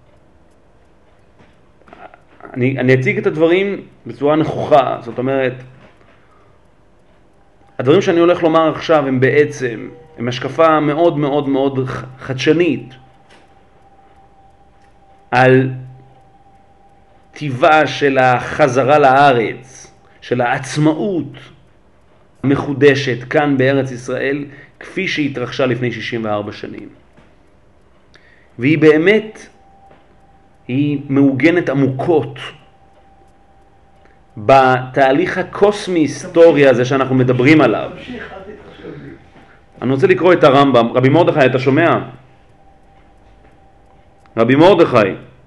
אני, אני אציג את הדברים בצורה נכוחה, זאת אומרת, הדברים שאני הולך לומר עכשיו הם בעצם, הם השקפה מאוד מאוד מאוד חדשנית על טבעה של החזרה לארץ, של העצמאות המחודשת כאן בארץ ישראל, כפי שהתרחשה לפני שישים וארבע שנים. והיא באמת, היא מעוגנת עמוקות בתהליך הקוסמי-היסטורי הזה שאנחנו מדברים עליו. אני רוצה לקרוא את הרמב"ם. רבי מרדכי, אתה שומע? רבי מרדכי.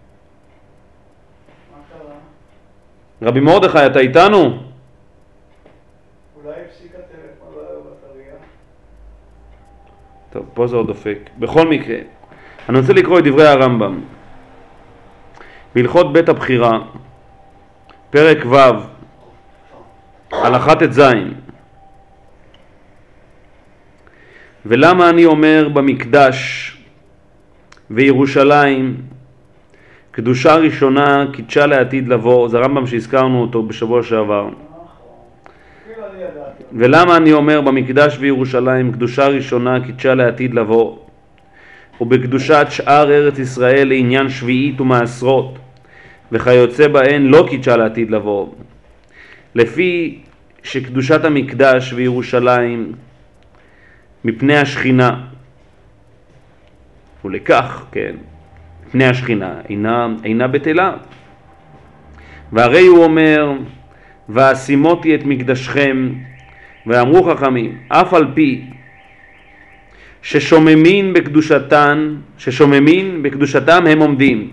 רבי מרדכי, אתה איתנו? אולי הפסיק הטלפון בבטריה? טוב, פה זה עוד דופק. בכל מקרה, אני רוצה לקרוא את דברי הרמב"ם. בהלכות בית הבחירה, פרק ו', הלכה ט"ז. ולמה אני אומר במקדש וירושלים קדושה ראשונה קידשה לעתיד לבוא, זה הרמב"ם שהזכרנו אותו בשבוע שעבר. ולמה אני אומר במקדש וירושלים קדושה ראשונה קידשה לעתיד לבוא, ובקדושת שאר ארץ ישראל לעניין שביעית ומעשרות וכיוצא בהן לא קידשה לעתיד לבוא, לפי שקדושת המקדש וירושלים מפני השכינה, ולכך, כן, מפני השכינה אינה, אינה בטלה. והרי הוא אומר, ואשימותי את מקדשכם, ואמרו חכמים, אף על פי ששוממין בקדושתן, ששוממין בקדושתם הם עומדים,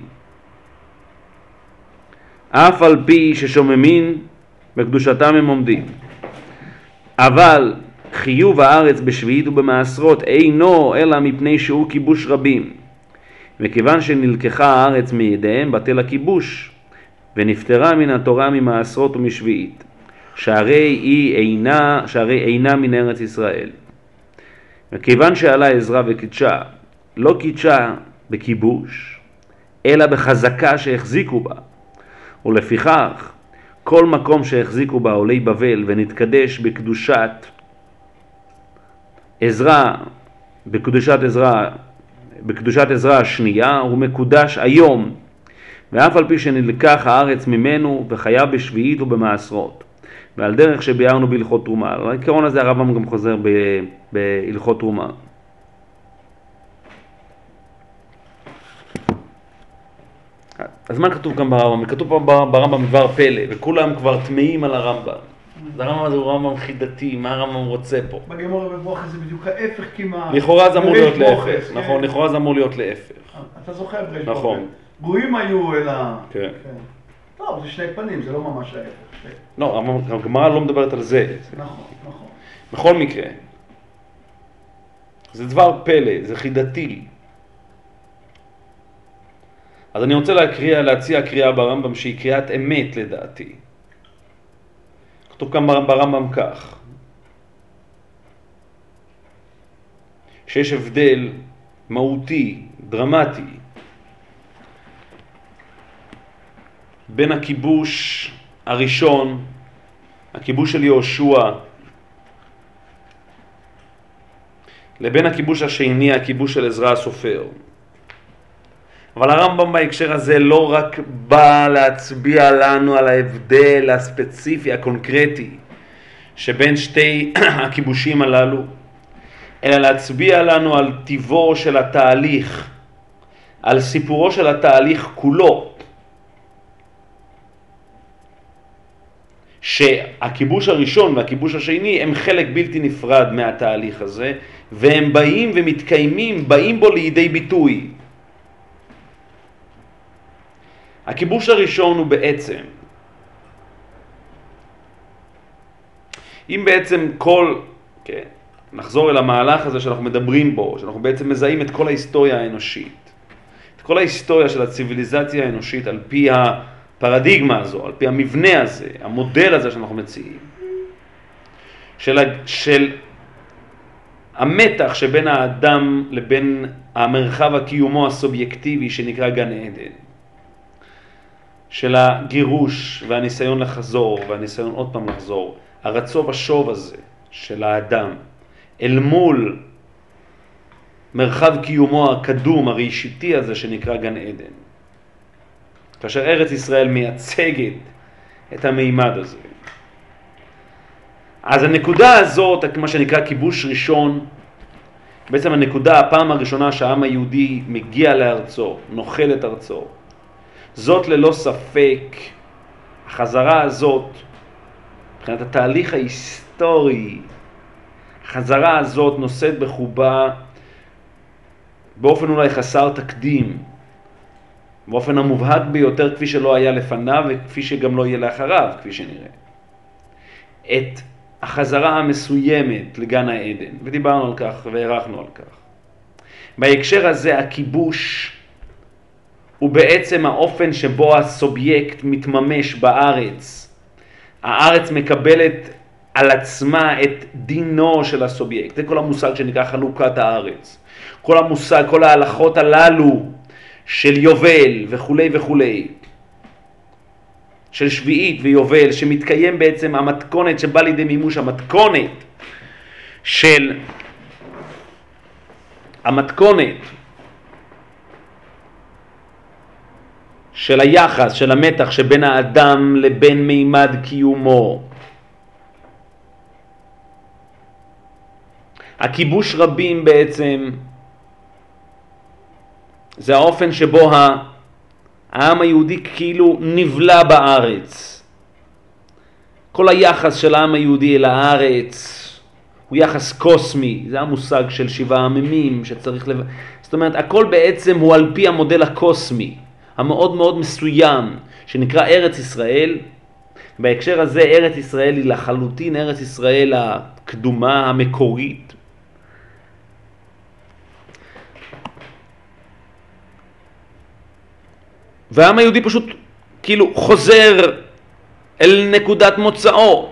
אף על פי ששוממין בקדושתם הם עומדים, אבל חיוב הארץ בשביעית ובמעשרות אינו אלא מפני שהוא כיבוש רבים, וכיוון שנלקחה הארץ מידיהם בטל הכיבוש, ונפטרה מן התורה ממעשרות ומשביעית, שהרי היא אינה, שהרי אינה מן ארץ ישראל. וכיוון שעלה עזרא וקידשה, לא קידשה בכיבוש, אלא בחזקה שהחזיקו בה, ולפיכך כל מקום שהחזיקו בה עולי בבל ונתקדש בקדושת עזרא, בקדושת עזרא, בקדושת עזרא השנייה, הוא מקודש היום, ואף על פי שנלקח הארץ ממנו וחיה בשביעית ובמעשרות, ועל דרך שביארנו בהלכות תרומה. העיקרון הזה הרמב"ם גם חוזר בהלכות תרומה. אז מה כתוב גם ברמב"ם? כתוב פה ברמב"ם דבר פלא, וכולם כבר תמאים על הרמב"ם. הרמב"ם הזה הוא רמב"ם חידתי, מה הרמב"ם רוצה פה? בגמרא בברכה זה בדיוק ההפך כמעט. לכאורה זה אמור להיות להפך, נכון, לכאורה זה אמור להיות להפף. אתה זוכר בריש נכון. גויים היו אלא... כן. טוב, זה שני פנים, זה לא ממש ההפך. לא, הגמרא לא מדברת על זה. נכון, נכון. בכל מקרה, זה דבר פלא, זה חידתי. אז אני רוצה להקריא, להציע קריאה ברמב"ם שהיא קריאת אמת לדעתי. כתוב כאן ברמב"ם כך, שיש הבדל מהותי, דרמטי, בין הכיבוש הראשון, הכיבוש של יהושע, לבין הכיבוש השני, הכיבוש של עזרא הסופר. אבל הרמב"ם בהקשר הזה לא רק בא להצביע לנו על ההבדל הספציפי, הקונקרטי, שבין שתי הכיבושים הללו, אלא להצביע לנו על טיבו של התהליך, על סיפורו של התהליך כולו, שהכיבוש הראשון והכיבוש השני הם חלק בלתי נפרד מהתהליך הזה, והם באים ומתקיימים, באים בו לידי ביטוי. הכיבוש הראשון הוא בעצם, אם בעצם כל, כן, נחזור אל המהלך הזה שאנחנו מדברים בו, שאנחנו בעצם מזהים את כל ההיסטוריה האנושית, את כל ההיסטוריה של הציביליזציה האנושית על פי הפרדיגמה הזו, על פי המבנה הזה, המודל הזה שאנחנו מציעים, של, של המתח שבין האדם לבין המרחב הקיומו הסובייקטיבי שנקרא גן עדן, של הגירוש והניסיון לחזור והניסיון עוד פעם לחזור, הרצון ושוב הזה של האדם אל מול מרחב קיומו הקדום, הראשיתי הזה שנקרא גן עדן. כאשר ארץ ישראל מייצגת את המימד הזה. אז הנקודה הזאת, מה שנקרא כיבוש ראשון, בעצם הנקודה, הפעם הראשונה שהעם היהודי מגיע לארצו, נוחל את ארצו. זאת ללא ספק, החזרה הזאת, מבחינת התהליך ההיסטורי, החזרה הזאת נושאת בחובה באופן אולי חסר תקדים, באופן המובהק ביותר כפי שלא היה לפניו וכפי שגם לא יהיה לאחריו, כפי שנראה. את החזרה המסוימת לגן העדן, ודיברנו על כך והערכנו על כך. בהקשר הזה הכיבוש הוא בעצם האופן שבו הסובייקט מתממש בארץ. הארץ מקבלת על עצמה את דינו של הסובייקט. זה כל המושג שנקרא חלוקת הארץ. כל המושג, כל ההלכות הללו של יובל וכו' וכו'. של שביעית ויובל, שמתקיים בעצם המתכונת שבא לידי מימוש, המתכונת של המתכונת של היחס, של המתח שבין האדם לבין מימד קיומו. הכיבוש רבים בעצם זה האופן שבו העם היהודי כאילו נבלע בארץ. כל היחס של העם היהודי אל הארץ הוא יחס קוסמי, זה המושג של שבעה עממים שצריך לב... זאת אומרת, הכל בעצם הוא על פי המודל הקוסמי, המאוד מאוד מסוים, שנקרא ארץ ישראל. בהקשר הזה ארץ ישראל היא לחלוטין ארץ ישראל הקדומה, המקורית. והעם היהודי פשוט כאילו חוזר אל נקודת מוצאו.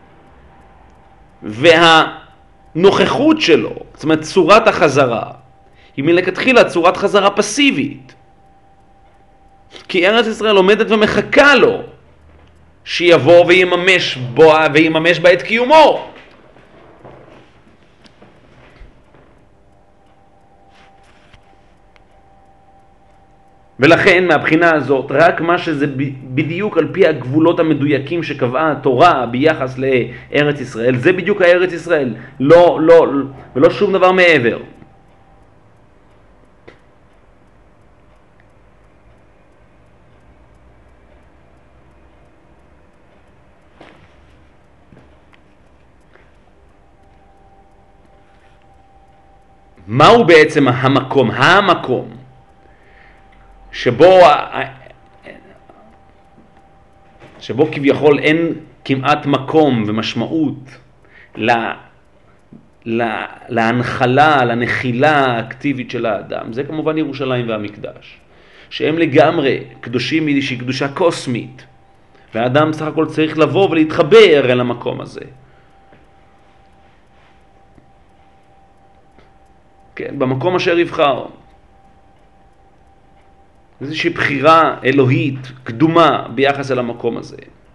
והנוכחות שלו, זאת אומרת צורת החזרה, היא מלכתחילה צורת חזרה פסיבית. כי ארץ ישראל עומדת ומחכה לו שיבוא ויממש בו ויממש בה את קיומו. ולכן מהבחינה הזאת רק מה שזה בדיוק על פי הגבולות המדויקים שקבעה התורה ביחס לארץ ישראל, זה בדיוק הארץ ישראל, לא, לא, ולא שום דבר מעבר. מהו בעצם המקום? המקום שבו, שבו כביכול אין כמעט מקום ומשמעות לה, לה, להנחלה, לנחילה האקטיבית של האדם. זה כמובן ירושלים והמקדש, שהם לגמרי קדושים מאיזושהי קדושה קוסמית, והאדם סך הכל צריך לבוא ולהתחבר אל המקום הזה. כן, במקום אשר יבחר. איזושהי בחירה אלוהית קדומה ביחס אל המקום הזה.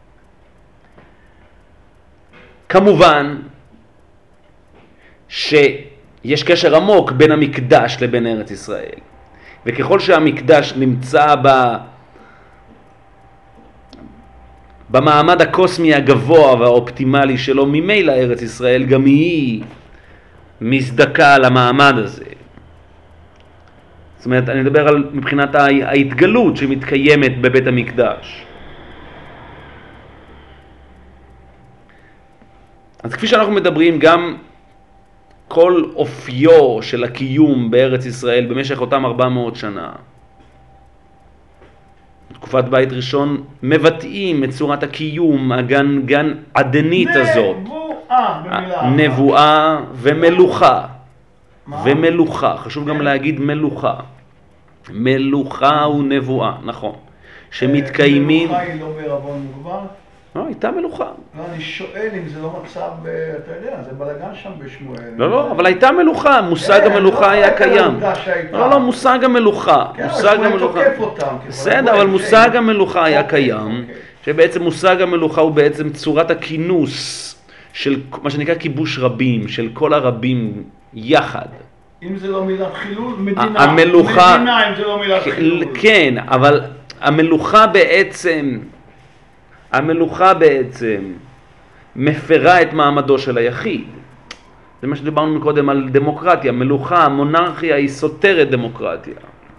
כמובן שיש קשר עמוק בין המקדש לבין ארץ ישראל. וככל שהמקדש נמצא ב... במעמד הקוסמי הגבוה והאופטימלי שלו, ממילא ארץ ישראל גם היא מזדקה על המעמד הזה. זאת אומרת, אני מדבר על מבחינת ההתגלות שמתקיימת בבית המקדש. אז כפי שאנחנו מדברים, גם כל אופיו של הקיום בארץ ישראל במשך אותם ארבע מאות שנה, בתקופת בית ראשון, מבטאים את צורת הקיום, הגן גן עדנית הזאת. נבואה, במילה. נבואה ומלוכה. ומלוכה, חשוב גם להגיד מלוכה. מלוכה ונבואה, נכון. שמתקיימים... מלוכה היא לא בערבון מוגבל? לא, הייתה מלוכה. לא, אני שואל אם זה לא מצב, אתה יודע, זה בלגן שם בשמואל. לא, לא, אבל הייתה מלוכה, מושג המלוכה היה קיים. לא, לא, מושג המלוכה. מושג המלוכה. בסדר, אבל מושג המלוכה היה קיים, שבעצם מושג המלוכה הוא בעצם צורת הכינוס של מה שנקרא כיבוש רבים, של כל הרבים יחד. אם זה לא מילת חילול, מדינה. המלוכה, מדינה אם זה לא מילת חילול. כן, אבל המלוכה בעצם, המלוכה בעצם מפרה את מעמדו של היחיד. זה מה שדיברנו מקודם על דמוקרטיה. מלוכה, המונרכיה היא סותרת דמוקרטיה.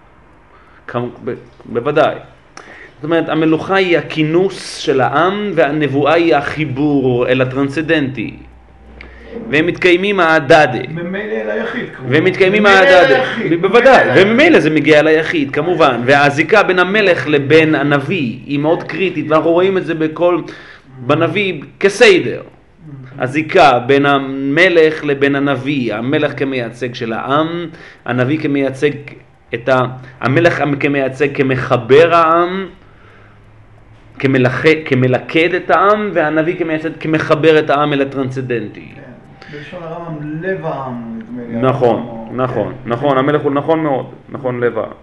בוודאי. זאת אומרת, המלוכה היא הכינוס של העם, והנבואה היא החיבור אל הטרנסדנטי. והם מתקיימים העדדה. ממילא אל היחיד, כמובן. והם מתקיימים העדדה. בוודאי, וממילא זה מגיע ליחיד, כמובן. והזיקה בין המלך לבין הנביא היא מאוד קריטית, ואנחנו רואים את זה בכל, בנביא כסיידר. הזיקה בין המלך לבין הנביא, המלך כמייצג של העם, הנביא כמייצג את ה... המלך כמייצג כמחבר העם, כמלכ... כמלכד את העם, והנביא כמייצג כמחבר את העם אל הטרנסצנדנטי. כן, בלשון הרמב"ם לב העם, נדמה לי. נכון, נכון, נכון, המלך הוא נכון מאוד, נכון לב העם.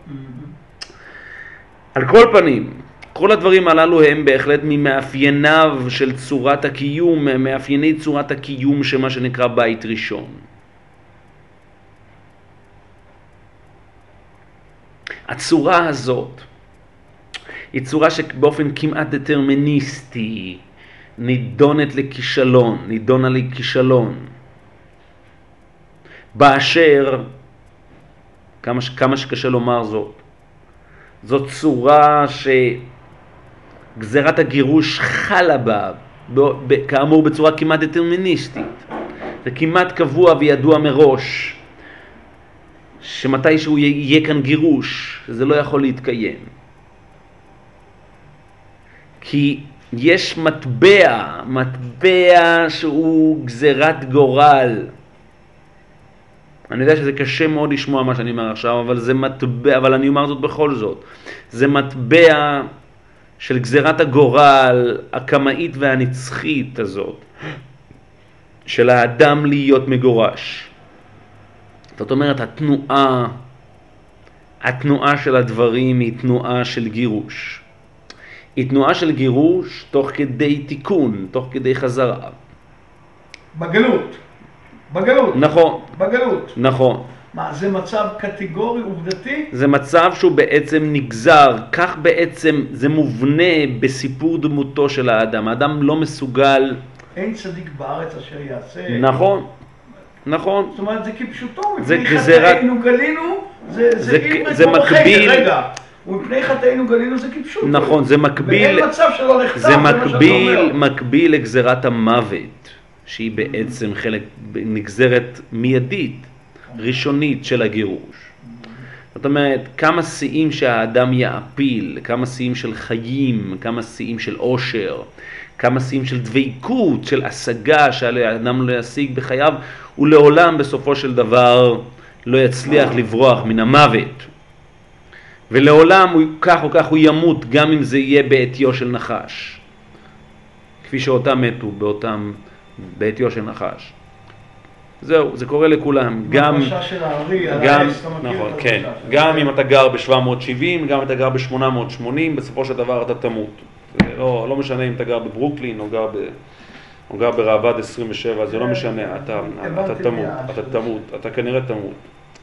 על כל פנים, כל הדברים הללו הם בהחלט ממאפייניו של צורת הקיום, מאפייני צורת הקיום שמה שנקרא בית ראשון. הצורה הזאת היא צורה שבאופן כמעט דטרמיניסטי נידונת לכישלון, נידונה לכישלון. באשר, כמה, כמה שקשה לומר זאת, זאת צורה שגזירת הגירוש חלה בה, כאמור בצורה כמעט דטרמיניסטית. זה כמעט קבוע וידוע מראש, שמתי שהוא יהיה כאן גירוש, זה לא יכול להתקיים. כי יש מטבע, מטבע שהוא גזירת גורל. אני יודע שזה קשה מאוד לשמוע מה שאני אומר עכשיו, אבל זה מטבע, אבל אני אומר זאת בכל זאת. זה מטבע של גזירת הגורל, הקמאית והנצחית הזאת, של האדם להיות מגורש. זאת אומרת, התנועה, התנועה של הדברים היא תנועה של גירוש. היא תנועה של גירוש תוך כדי תיקון, תוך כדי חזרה. בגלות. בגלות. נכון. בגלות. נכון. מה, זה מצב קטגורי, עובדתי? זה מצב שהוא בעצם נגזר, כך בעצם זה מובנה בסיפור דמותו של האדם. האדם לא מסוגל... אין צדיק בארץ אשר יעשה. נכון. נכון. זאת אומרת, זה כפשוטו, זה מפני גזירת... חטאינו גלינו, זה, זה, זה, זה, זה מקביל... רגע, ומפני חטאינו גלינו זה כפשוטו. נכון, זה מקביל... ואין מצב שלא נכתב, זה זה מה שאתה מקביל, אומר. מקביל לגזירת המוות, שהיא בעצם חלק, נגזרת מיידית, ראשונית של הגירוש. זאת אומרת, כמה שיאים שהאדם יעפיל, כמה שיאים של חיים, כמה שיאים של עושר, כמה שיאים של דבקות, של השגה שהאדם לא ישיג בחייו, ולעולם בסופו של דבר לא יצליח לברוח מן המוות. ולעולם הוא, כך או כך הוא ימות, גם אם זה יהיה בעטיו של נחש. כפי שאותם מתו באותם, בעטיו של נחש. זהו, זה קורה לכולם. גם, בפרשה של הארי, על גם, העץ, אתה מכיר נכון, את כן. הפרשה. גם אם אתה גר ב-שבע מאות שבעים, גם אם אתה גר ב-שמונה מאות שמונים, בסופו של דבר אתה תמות. זה לא, לא משנה אם אתה גר בברוקלין או גר ב... או גר ברעבד עשרים ושבע, זה לא משנה, אתה, אתה תמות, אתה תמות, אתה כנראה תמות.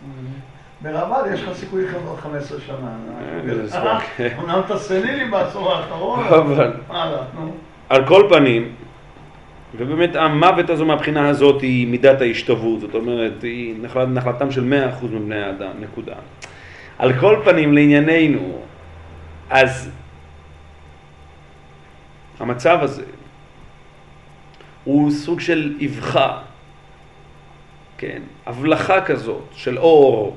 ברעבד יש לך סיכוי חברות חמש עשרה שנה. אה, אמנם תעשני לי בעשור האחרון, אבל... הלאה, נו. על כל פנים, ובאמת המוות הזו מהבחינה הזאת היא מידת ההשתוות, זאת אומרת, היא נחלת, נחלתם של מאה אחוז מבני האדם, נקודה. על כל פנים, לענייננו, אז המצב הזה הוא סוג של אבחה, כן, הבלחה כזאת של אור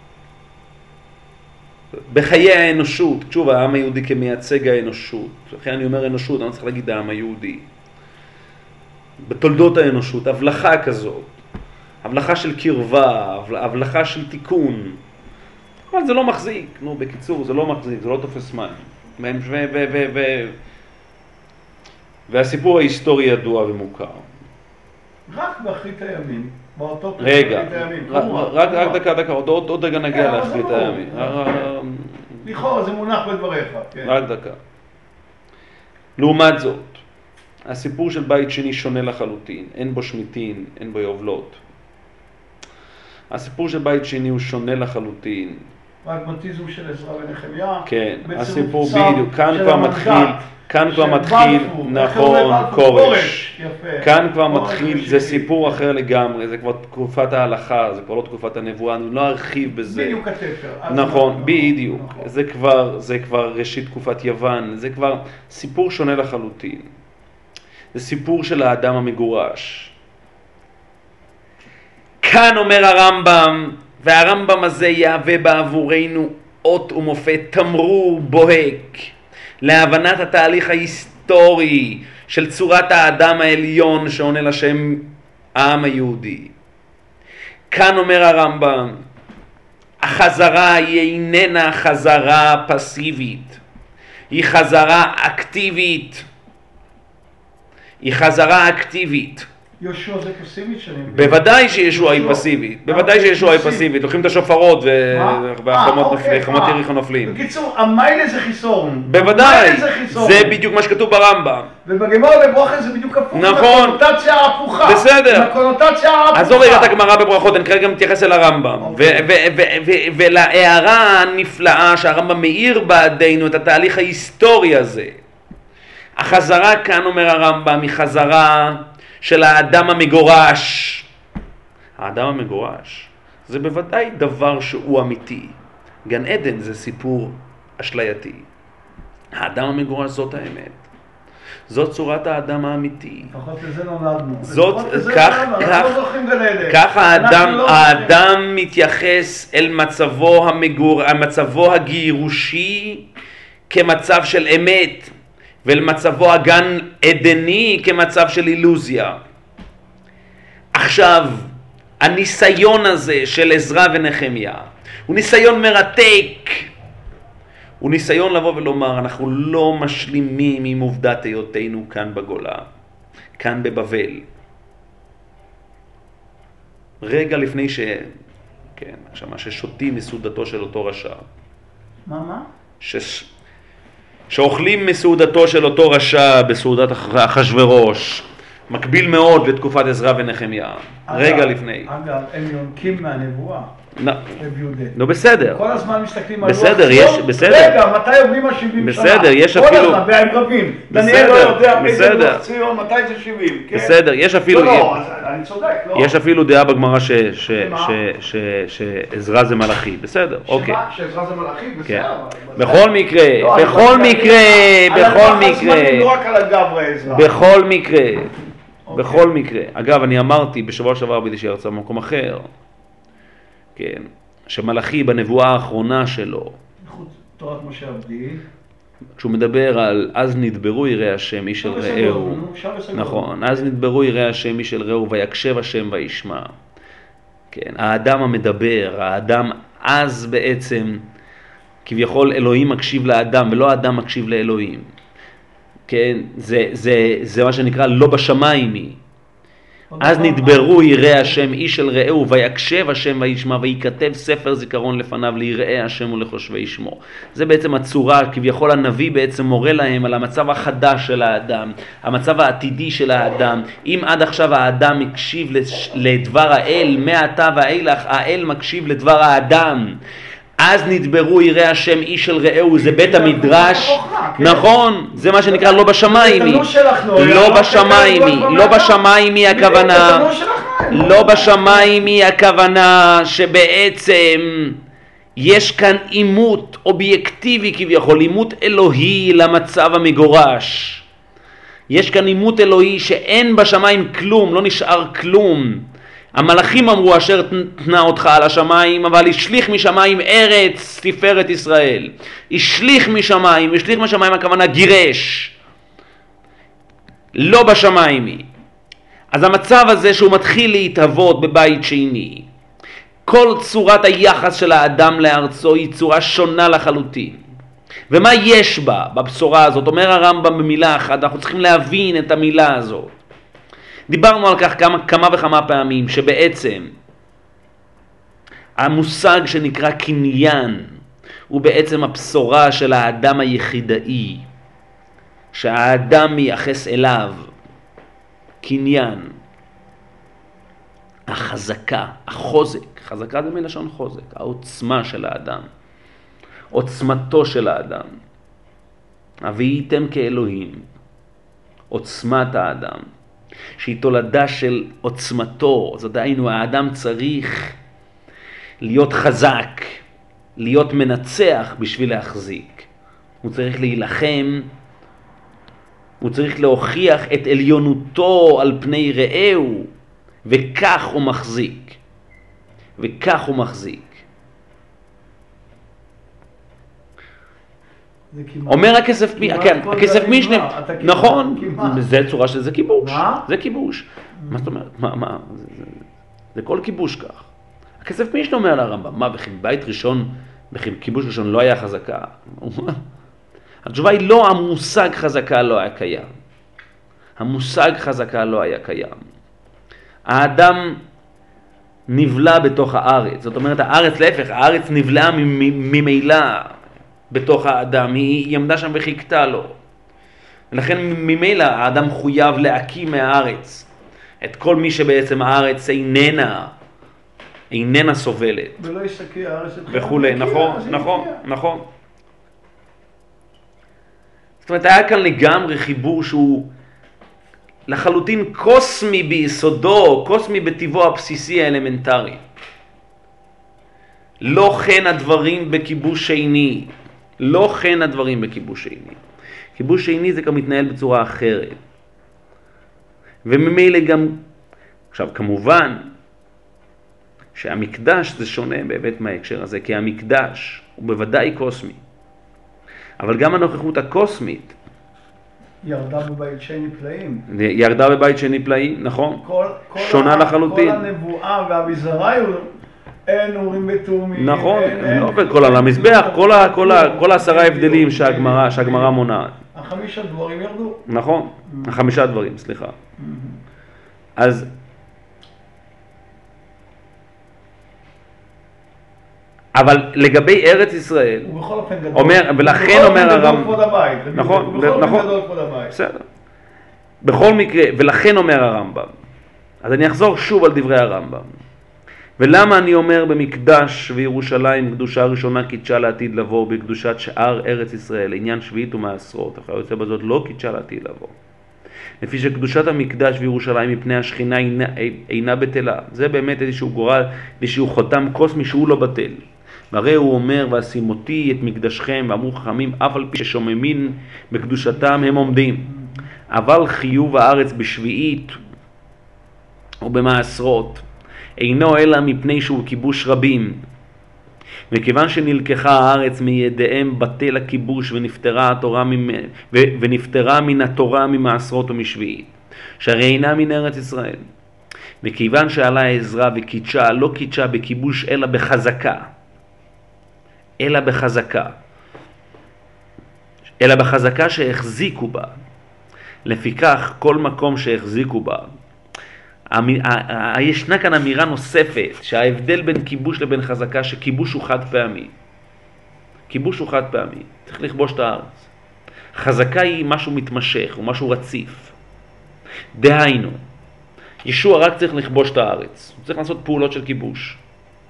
בחיי האנושות. שוב, העם היהודי כמייצג האנושות, לכן אני אומר אנושות, אני צריך להגיד העם היהודי. בתולדות האנושות, הבלחה כזאת, הבלחה של קרבה, הבלחה של תיקון. אבל זה לא מחזיק, נו, בקיצור, זה לא מחזיק, זה לא תופס מים. ו- ו- ו- ו- ו- והסיפור ההיסטורי ידוע ומוכר. רק באחרית הימים, באותו פרק רגע, באחרית הימים. רק, רק, רק דקה, דקה, עוד, עוד, עוד רגע נגיע לאחרית הימים. לכאורה, זה מונח בדבריך. כן. רק דקה. לעומת זאת, הסיפור של בית שני שונה לחלוטין, אין בו שמיטין, אין בו יובלות. הסיפור של בית שני הוא שונה לחלוטין. פרגמטיזם של עזרא ונחמיה. כן, בצירוף הסיפור צו בדיוק, כאן של כבר המנדט, מתחיל, כאן כבר של מתחיל, בלפור, נכון, איך קוראים לבלפור? כורש. יפה. כאן כבר כורש מתחיל, ושיעי. זה סיפור אחר לגמרי, זה כבר תקופת ההלכה, זה כבר לא תקופת הנבואה, אני לא ארחיב בזה. בדיוק התפר. אז נכון, נכון, בדיוק. נכון. זה כבר, זה כבר ראשית תקופת יוון, זה כבר סיפור שונה לחלוטין. זה סיפור של האדם המגורש. כאן אומר הרמב"ם, והרמב"ם הזה יהווה בעבורנו אות ומופת, תמרור בוהק, להבנת התהליך ההיסטורי של צורת האדם העליון שעונה לשם העם היהודי. כאן אומר הרמב"ם, החזרה היא איננה חזרה פסיבית, היא חזרה אקטיבית. היא חזרה אקטיבית. יהושע זה פסיבית שאני מבין. בוודאי שישוע היא פסיבית, בוודאי שישוע היא פסיבית. לוקחים את השופרות והחומות יריחו נופלים. בקיצור, המיילה זה חיסון. בוודאי, זה בדיוק מה שכתוב ברמב"ם. ובגמרא בברכות זה בדיוק הפוך. נכון. הקונוטציה ההפוכה. בסדר. הקונוטציה ההפוכה. עזוב רגע את הגמרא בברכות, אני כרגע מתייחס אל הרמב"ם. ולהערה הנפלאה שהרמב"ם מאיר בעדינו את התהליך ההיסטורי הזה. החזרה כאן, אומר הרמב"ם, היא חזרה של האדם המגורש. האדם המגורש זה בוודאי דבר שהוא אמיתי. גן עדן זה סיפור אשלייתי. האדם המגורש זאת האמת. זאת צורת האדם האמיתי. לפחות לזה נולדנו. זאת, כך, כך, כך האדם, האדם מתייחס אל מצבו המגור, מצבו הגירושי כמצב של אמת. ולמצבו הגן עדני כמצב של אילוזיה. עכשיו, הניסיון הזה של עזרא ונחמיה, הוא ניסיון מרתק. הוא ניסיון לבוא ולומר, אנחנו לא משלימים עם עובדת היותנו כאן בגולה, כאן בבבל. רגע לפני ש... כן, עכשיו, ששותים מסעודתו של אותו רשע. מה, מה? ש... שאוכלים מסעודתו של אותו רשע בסעודת אחשוורוש, מקביל מאוד לתקופת עזרא ונחמיה, רגע לפני. אגב, הם יונקים מהנבואה. נו בסדר. כל הזמן מסתכלים על בסדר, יש, בסדר. רגע, מתי עוברים ה-שבעים שנה? בסדר, יש אפילו... כל הזמן, והם רבים. דניאל לא יודע איזה לוח ציון, מתי זה שבעים, כן? בסדר, יש אפילו... לא, לא, אני צודק, לא. יש אפילו דעה בגמרא שעזרא זה מלאכי, בסדר, אוקיי. שעזרא זה מלאכי, בסדר. בכל מקרה, בכל מקרה, בכל מקרה, לא רק על הגברי עזרא. בכל מקרה, בכל מקרה. אגב, אני אמרתי בשבוע שעבר באיזושהי הרצאה במקום אחר, כן, שמלאכי בנבואה האחרונה שלו, תורת משה עבדי, כשהוא מדבר על אז נדברו יראי השם איש אל רעהו, נכון, אז נדברו יראי השם איש אל רעהו ויקשב השם וישמע. כן, האדם המדבר, האדם אז בעצם כביכול אלוהים מקשיב לאדם ולא האדם מקשיב לאלוהים. כן, זה זה זה מה שנקרא לא בשמיים היא. אז נדברו יראי השם איש אל רעהו ויקשב השם וישמע וייכתב ספר זיכרון לפניו ליראי השם ולחושבי שמו. זה בעצם הצורה, כביכול הנביא בעצם מורה להם על המצב החדש של האדם, המצב העתידי של האדם. אם עד עכשיו האדם מקשיב לדבר האל, מעתה ואילך האל מקשיב לדבר האדם. אז נדברו יראי השם איש אל רעהו, זה בית המדרש, נכון, זה מה שנקרא לא בשמיימי, לא בשמיימי, לא בשמיימי הכוונה, לא בשמיימי הכוונה שבעצם יש כאן עימות אובייקטיבי כביכול, עימות אלוהי למצב המגורש. יש כאן עימות אלוהי שאין בשמיים כלום, לא נשאר כלום. המלאכים אמרו אשר תנה אותך על השמיים, אבל השליך משמיים ארץ תפארת ישראל. השליך משמיים, השליך משמיים הכוונה גירש. לא בשמיים היא. אז המצב הזה שהוא מתחיל להתהוות בבית שני, כל צורת היחס של האדם לארצו היא צורה שונה לחלוטין. ומה יש בה, בבשורה הזאת? אומר הרמב"ם במילה אחת, אנחנו צריכים להבין את המילה הזאת. דיברנו על כך כמה, כמה וכמה פעמים, שבעצם המושג שנקרא קניין הוא בעצם הבשורה של האדם היחידאי, שהאדם מייחס אליו קניין, החזקה, החוזק, חזקה זה מלשון חוזק, העוצמה של האדם, עוצמתו של האדם. והייתם כאלוהים, עוצמת האדם, שהיא תולדה של עוצמתו. זאת דהיינו, האדם צריך להיות חזק, להיות מנצח בשביל להחזיק. הוא צריך להילחם, הוא צריך להוכיח את עליונותו על פני רעהו, וכך הוא מחזיק. וכך הוא מחזיק. זה כמעט. אומר הכסף, כן, הכסף משנה, נכון, כמעט. זה צורה שזה כיבוש, מה? זה כיבוש. מה זאת אומרת? מה, מה, זה, זה, זה כל כיבוש כך. הכסף משנה אומר לרמב"ם, מה, וכי בית ראשון, וכי כיבוש ראשון לא היה חזקה? התשובה היא לא, המושג חזקה לא היה קיים. המושג חזקה לא היה קיים. האדם נבלע בתוך הארץ, זאת אומרת הארץ להפך, הארץ נבלעה ממילא בתוך האדם, היא, היא עמדה שם וחיכתה לו. ולכן ממילא האדם חויב להקים מהארץ את כל מי שבעצם הארץ איננה, איננה סובלת. ולא ישקי הארץ וכולי, נכון, נכון, נכון. זאת אומרת, היה כאן לגמרי חיבור שהוא לחלוטין קוסמי ביסודו, קוסמי בטבעו הבסיסי האלמנטרי. לא כן הדברים בכיבוש שני, לא כן הדברים בכיבוש שני. כיבוש שני זה גם מתנהל בצורה אחרת. וממילא גם, עכשיו כמובן, שהמקדש זה שונה באמת מההקשר הזה, כי המקדש הוא בוודאי קוסמי. אבל גם הנוכחות הקוסמית ירדה בבית שני פלאים. ירדה בבית שני פלאים, נכון? כל, כל שונה ה, לחלוטין. כל הנבואה והביזרה היו אין אורים ותומים. נכון, אין, לא, אין, וכל על המזבח, כל, ה, כל, ה, כל העשרה הבדלים שהגמרא, שהגמרא מונעת. החמישה דברים ירדו. נכון, החמישה דברים, סליחה. אז אבל לגבי ארץ ישראל, הוא בכל אופן גדול. אומר, ולכן אומר הרמב"ם, הוא בכל אופן גדול כבוד הבית. נכון, הוא בכל נכון, אופן גדול כבוד הבית. בסדר. בכל מקרה, ולכן אומר הרמב"ם, אז אני אחזור שוב על דברי הרמב"ם. ולמה אני אומר במקדש וירושלים קדושה ראשונה קידשה לעתיד לבוא, בקדושת שאר ארץ ישראל, עניין שביעית ומעשרות, אחרי יוצא בזאת לא קידשה לעתיד לבוא. לפי שקדושת המקדש וירושלים מפני השכינה אינה, אינה בטלה. זה באמת איזשהו גורל, איזשהו חותם קוסמי שהוא לא בטל. והרי הוא אומר, ואשימותי את מקדשכם, ואמרו חכמים, אף על פי ששוממין בקדושתם הם עומדים. אבל חיוב הארץ בשביעית ובמעשרות אינו אלא מפני שהוא כיבוש רבים. וכיוון שנלקחה הארץ מידיהם בטל הכיבוש ונפטרה התורה ממ... ו... ונפטרה מן התורה ממעשרות ומשביעית, שהרי אינה מן ארץ ישראל. וכיוון שעלה העזרה וקידשה, לא קידשה בכיבוש אלא בחזקה. אלא בחזקה. אלא בחזקה שהחזיקו בה. לפיכך כל מקום שהחזיקו בה. ישנה כאן אמירה נוספת, שההבדל בין כיבוש לבין חזקה, שכיבוש הוא חד פעמי. כיבוש הוא חד פעמי, צריך לכבוש את הארץ. חזקה היא משהו מתמשך, הוא משהו רציף. דהיינו, ישוע רק צריך לכבוש את הארץ, הוא צריך לעשות פעולות של כיבוש.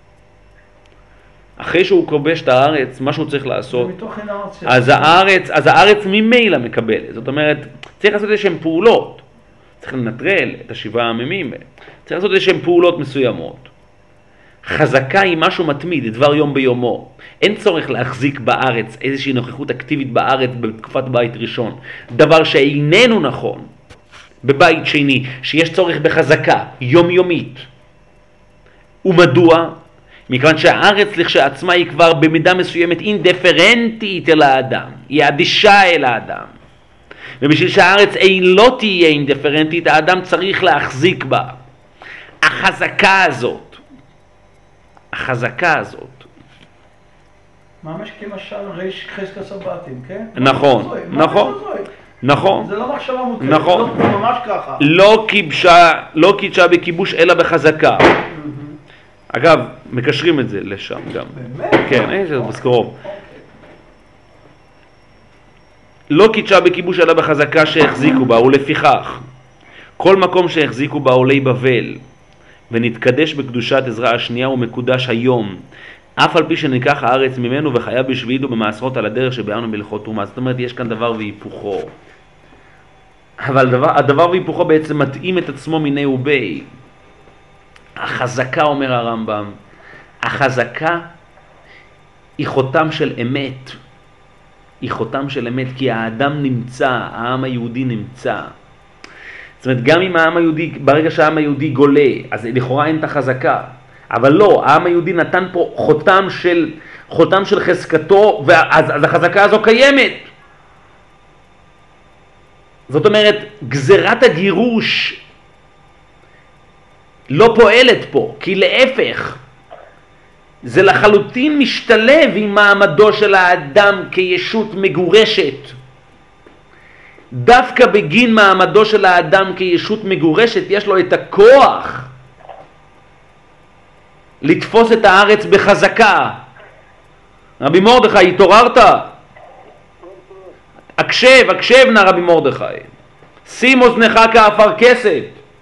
אחרי שהוא כובש את הארץ, מה שהוא צריך לעשות, אז הארץ, אז הארץ ממילא מקבלת. זאת אומרת, צריך לעשות איזשהם פעולות. צריך לנטרל את השבעה העממים, צריך לעשות איזשהם פעולות מסוימות. חזקה היא משהו מתמיד, דבר יום ביומו. אין צורך להחזיק בארץ איזושהי נוכחות אקטיבית בארץ בתקופת בית ראשון. דבר שאיננו נכון בבית שני, שיש צורך בחזקה יומיומית. ומדוע? מכיוון שהארץ לכשעצמה היא כבר במידה מסוימת אינדיפרנטית אל האדם, היא אדישה אל האדם. ובשביל שהארץ היא לא תהיה אינדיפרנטית, האדם צריך להחזיק בה. החזקה הזאת, החזקה הזאת. ממש כמשל ריש חזקה סבתים, כן? נכון, נכון, נכון. זה לא מחשבה מותרת, נכון. זה ממש ככה. לא קידשה, לא קידשה בכיבוש אלא בחזקה. אגב, מקשרים את זה לשם גם. באמת? כן, אין שזה בזכרוב. לא קידשה בכיבוש אלא בחזקה שהחזיקו בה, ולפיכך כל מקום שהחזיקו בה עולי בבל ונתקדש בקדושת עזרא השנייה ומקודש היום, אף על פי שניקח הארץ ממנו וחיה בשביעית ובמעשרות על הדרך שביארנו בהלכות תרומה. זאת אומרת, יש כאן דבר והיפוכו, אבל דבר, הדבר והיפוכו בעצם מתאים את עצמו מיני ובי. החזקה, אומר הרמב"ם, החזקה היא חותם של אמת, היא חותם של אמת, כי האדם נמצא, העם היהודי נמצא. זאת אומרת, גם אם העם היהודי, ברגע שהעם היהודי גולה, אז לכאורה אין את החזקה. אבל לא, העם היהודי נתן פה חותם של, חותם של חזקתו, ואז אז החזקה הזו קיימת. זאת אומרת, גזירת הגירוש לא פועלת פה, כי להפך, זה לחלוטין משתלב עם מעמדו של האדם כישות מגורשת. דווקא בגין מעמדו של האדם כישות מגורשת, יש לו את הכוח לתפוס את הארץ בחזקה. רבי מרדכי, התעוררת? הקשב, הקשב נא רבי מרדכי. שים אוזנך כאפר כסת.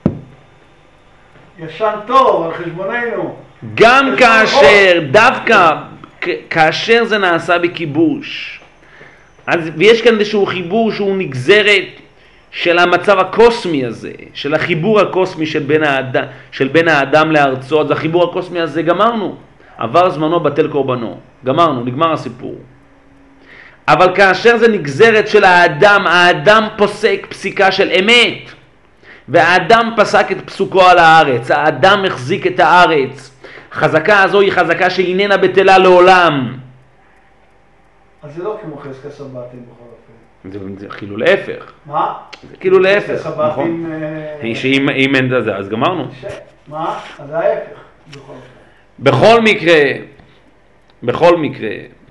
ישן טוב על חשבוננו. גם כאשר, דווקא כאשר זה נעשה בכיבוש, אז, ויש כאן איזשהו חיבור שהוא נגזרת של המצב הקוסמי הזה, של החיבור הקוסמי של בין האדם, של בין האדם לארצו. אז החיבור הקוסמי הזה גמרנו, עבר זמנו בטל קורבנו, גמרנו, נגמר הסיפור. אבל כאשר זה נגזרת של האדם, האדם פוסק פסיקה של אמת, והאדם פסק את פסוקו על הארץ, האדם מחזיק את הארץ. חזקה הזו היא חזקה שאיננה בטלה לעולם. אז זה לא כמו חזקה סבתים בכל אופן. זה, זה כאילו להפך. מה? זה כאילו להפך, סבתים, נכון? אה... שאם אם אין זה, אז גמרנו. ש... מה? אז זה ההפך, בכל אופן. בכל מקרה, בכל מקרה,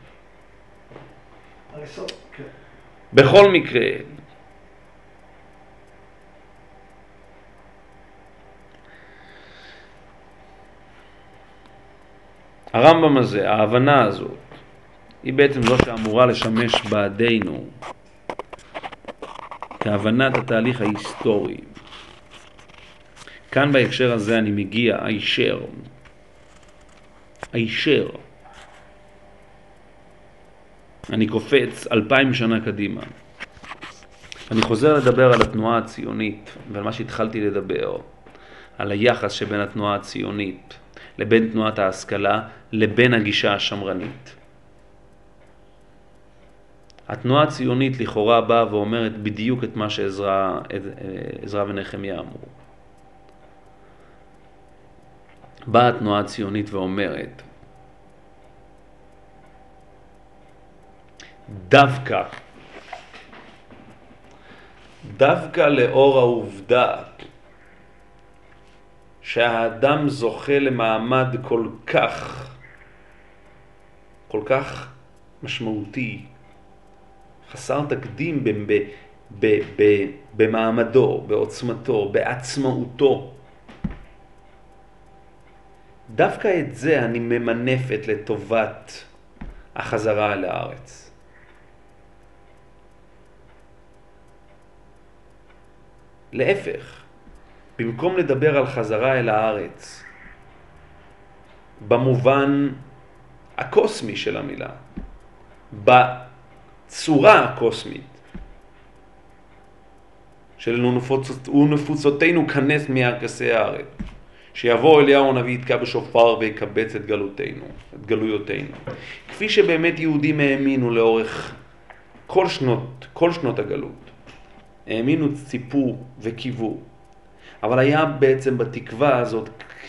הריסות, כן. בכל מקרה, הרמב"ם הזה, ההבנה הזאת, היא בעצם זו שאמורה לשמש בעדינו כהבנת התהליך ההיסטורי. כאן בהקשר הזה אני מגיע הישר, הישר. אני קופץ אלפיים שנה קדימה. אני חוזר לדבר על התנועה הציונית ועל מה שהתחלתי לדבר, על היחס שבין התנועה הציונית לבין תנועת ההשכלה לבין הגישה השמרנית. התנועה הציונית לכאורה באה ואומרת בדיוק את מה שעזרא עזרא ונחמיה אמרו. באה התנועה הציונית ואומרת דווקא דווקא לאור העובדה שהאדם זוכה למעמד כל כך כל כך משמעותי, חסר תקדים ב, ב, ב, ב, במעמדו, בעוצמתו, בעצמאותו. דווקא את זה אני ממנפת לטובת החזרה אל הארץ. להפך, במקום לדבר על חזרה אל הארץ במובן הקוסמי של המילה, בצורה הקוסמית של ונפוצותינו כנס מירכסי הארץ, שיבוא אליהו הנביא יתקע בשופר ויקבץ את גלותינו, את גלויותינו. כפי שבאמת יהודים האמינו לאורך כל שנות, כל שנות הגלות. האמינו, ציפו וקיוו. אבל היה בעצם בתקווה הזאת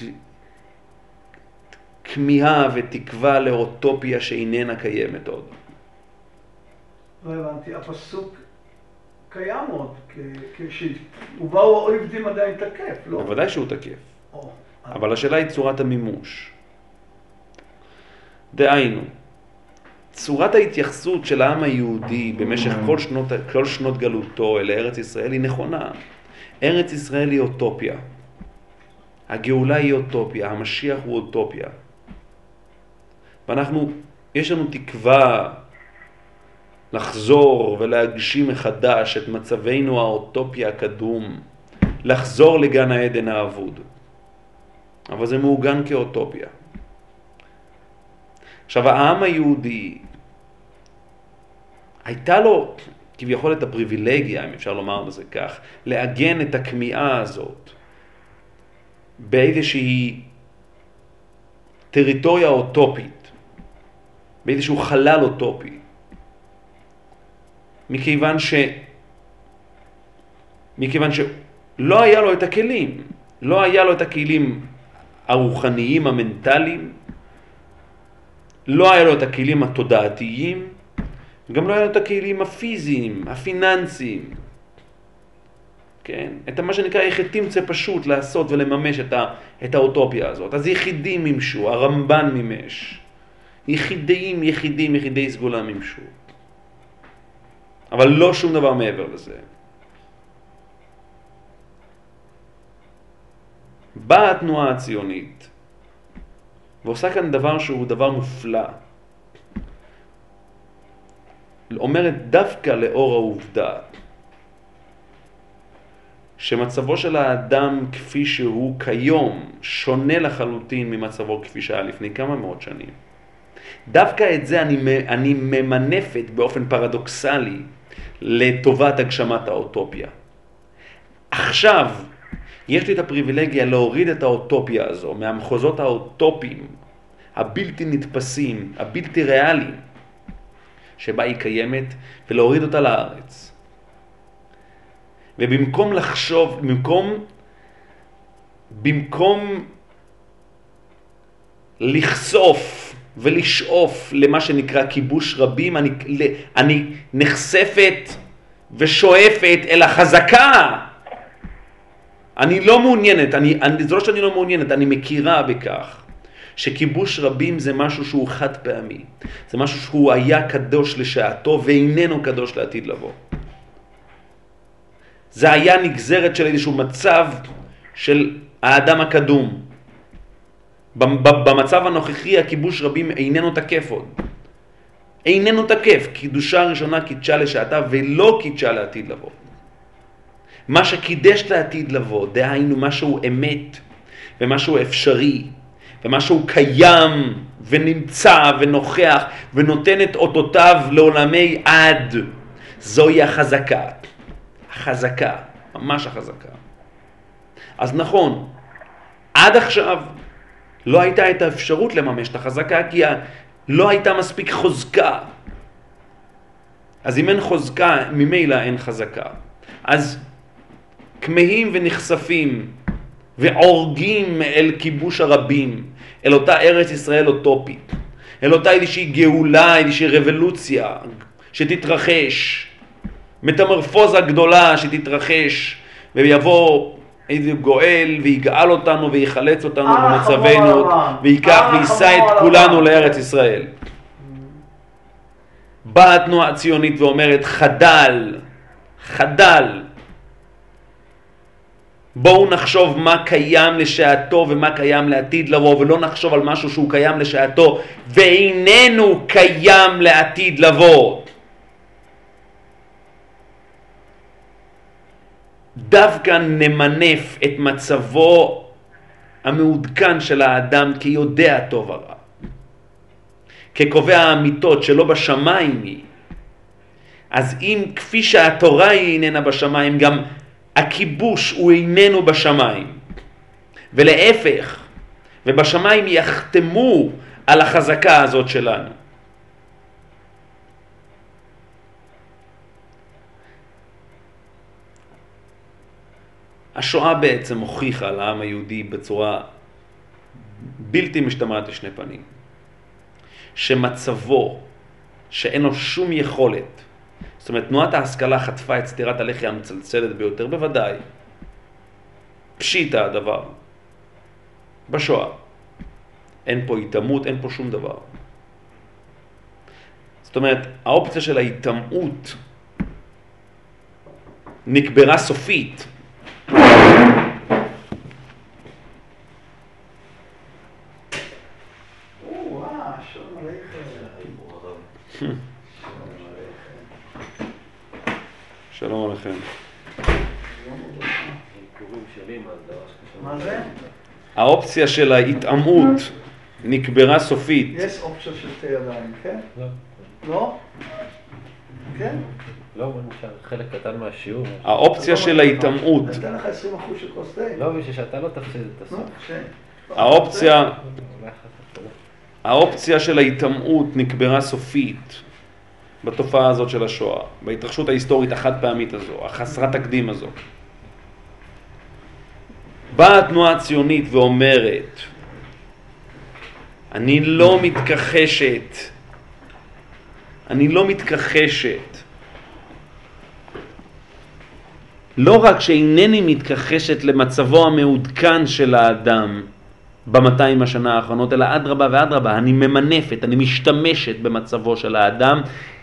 כמיהה ותקווה לאוטופיה שאיננה קיימת עוד. לא הבנתי, הפסוק קיים עוד, ובאו העובדים עדיין תקף, לא? בוודאי שהוא תקף. אבל השאלה היא צורת המימוש. דהיינו, צורת ההתייחסות של העם היהודי במשך כל שנות, כל שנות גלותו אל ארץ ישראל היא נכונה. ארץ ישראל היא אוטופיה. הגאולה היא אוטופיה, המשיח הוא אוטופיה. ואנחנו, יש לנו תקווה לחזור ולהגשים מחדש את מצבנו האוטופיה הקדום, לחזור לגן העדן האבוד. אבל זה מעוגן כאוטופיה. עכשיו, העם היהודי, הייתה לו כביכול את הפריבילגיה, אם אפשר לומר בזה כך, לעגן את הכמיהה הזאת באיזושהי טריטוריה אוטופית, באיזשהו חלל אוטופי. מכיוון ש... מכיוון שלא היה לו את הכלים, לא היה לו את הכלים הרוחניים, המנטליים, לא היה לו את הכלים התודעתיים, גם לא היה לו את הכלים הפיזיים, הפיננסיים. כן? את מה שנקרא, איך תמצא פשוט לעשות ולממש את, ה, את האוטופיה הזאת. אז יחידים מימשו, הרמב"ן מימש. יחידים, יחידים, יחידי סגולה מימשו. אבל לא שום דבר מעבר לזה. באה התנועה הציונית, ועושה כאן דבר שהוא דבר מופלא. אומרת דווקא לאור העובדה, שמצבו של האדם כפי שהוא כיום שונה לחלוטין ממצבו כפי שהיה לפני כמה מאות שנים. דווקא את זה אני, אני ממנפת באופן פרדוקסלי לטובת הגשמת האוטופיה. עכשיו יש לי את הפריבילגיה להוריד את האוטופיה הזו מהמחוזות האוטופיים, הבלתי נתפסים, הבלתי ריאליים, שבה היא קיימת, ולהוריד אותה לארץ. ובמקום לחשוב, במקום, במקום לחשוף ולשאוף למה שנקרא כיבוש רבים, אני, אני נחשפת ושואפת אל החזקה. אני לא מעוניינת, אני, אני, זה לא שאני לא מעוניינת, אני מכירה בכך שכיבוש רבים זה משהו שהוא חד פעמי. זה משהו שהוא היה קדוש לשעתו ואיננו קדוש לעתיד לבוא. זה היה נגזרת של איזשהו מצב של האדם הקדום. במצב הנוכחי הכיבוש רבים איננו תקף עוד. איננו תקף, קידושה הראשונה קידשה לשעתה ולא קידשה לעתיד לבוא. מה שקידש לעתיד לבוא, דהיינו משהו אמת ומשהו אפשרי ומשהו קיים ונמצא ונוכח ונותן את אותותיו לעולמי עד, זוהי החזקה. החזקה, ממש החזקה. אז נכון, עד עכשיו לא הייתה את האפשרות לממש את החזקה, כי לא הייתה מספיק חוזקה. אז אם אין חוזקה, ממילא אין חזקה. אז כמהים ונחשפים ועורגים אל כיבוש הרבים, אל אותה ארץ ישראל אוטופית, אל אותה איזושהי גאולה, איזושהי רבולוציה שתתרחש, מטמורפוזה גדולה שתתרחש, ויבוא איזה גואל ויגאל אותנו ויחלץ אותנו במצבנו, ויקח ויישא את כולנו לארץ ישראל. באה התנועה הציונית ואומרת חדל, חדל. בואו נחשוב מה קיים לשעתו ומה קיים לעתיד לבוא, ולא נחשוב על משהו שהוא קיים לשעתו ואיננו קיים לעתיד לבוא. דווקא נמנף את מצבו המעודכן של האדם כיודע טוב הרע, כקובע האמיתות שלא בשמיים היא. אז אם כפי שהתורה היא איננה בשמיים, גם הכיבוש הוא איננו בשמיים, ולהפך, ובשמיים יחתמו על החזקה הזאת שלנו. השואה בעצם הוכיחה לעם היהודי בצורה בלתי משתמעת לשני פנים, שמצבו, שאין לו שום יכולת, זאת אומרת, תנועת ההשכלה חטפה את סתירת הלחי המצלצלת ביותר, בוודאי. פשיטה הדבר. בשואה. אין פה התאמות, אין פה שום דבר. זאת אומרת, האופציה של ההתאמות נקברה סופית. שלום עליכם. מה זה? האופציה של ההתאמות נקברה סופית. יש אופציה של שתי ידיים, כן? לא. לא? כן? לא, הוא נשאר חלק קטן מהשיעור. האופציה של ההתאמות. נתן לך עשרים אחוז של כוס תה. לא, בשביל שאתה לא תפסיד את הסוף. האופציה, האופציה של ההתאמות נקברה סופית בתופעה הזאת של השואה, בהתרחשות ההיסטורית החד פעמית הזו, החסרת תקדים הזו. באה התנועה הציונית ואומרת, אני לא מתכחשת. אני לא מתכחשת. לא רק שאינני מתכחשת למצבו המעודכן של האדם במאתיים השנה האחרונות, אלא אדרבה ואדרבה, אני ממנפת, אני משתמשת במצבו של האדם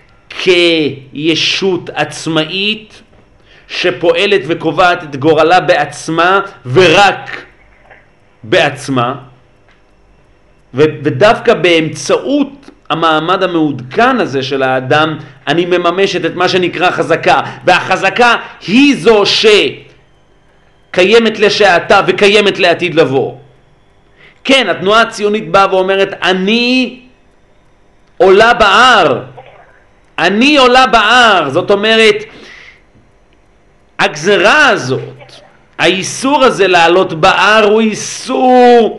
כישות עצמאית שפועלת וקובעת את גורלה בעצמה ורק בעצמה, ו- ודווקא באמצעות המעמד המעודכן הזה של האדם אני מממשת את מה שנקרא חזקה, והחזקה היא זו שקיימת לשעתה וקיימת לעתיד לבוא. כן, התנועה הציונית באה ואומרת אני עולה בהר, אני עולה בהר, זאת אומרת הגזרה הזאת, האיסור הזה לעלות בהר הוא איסור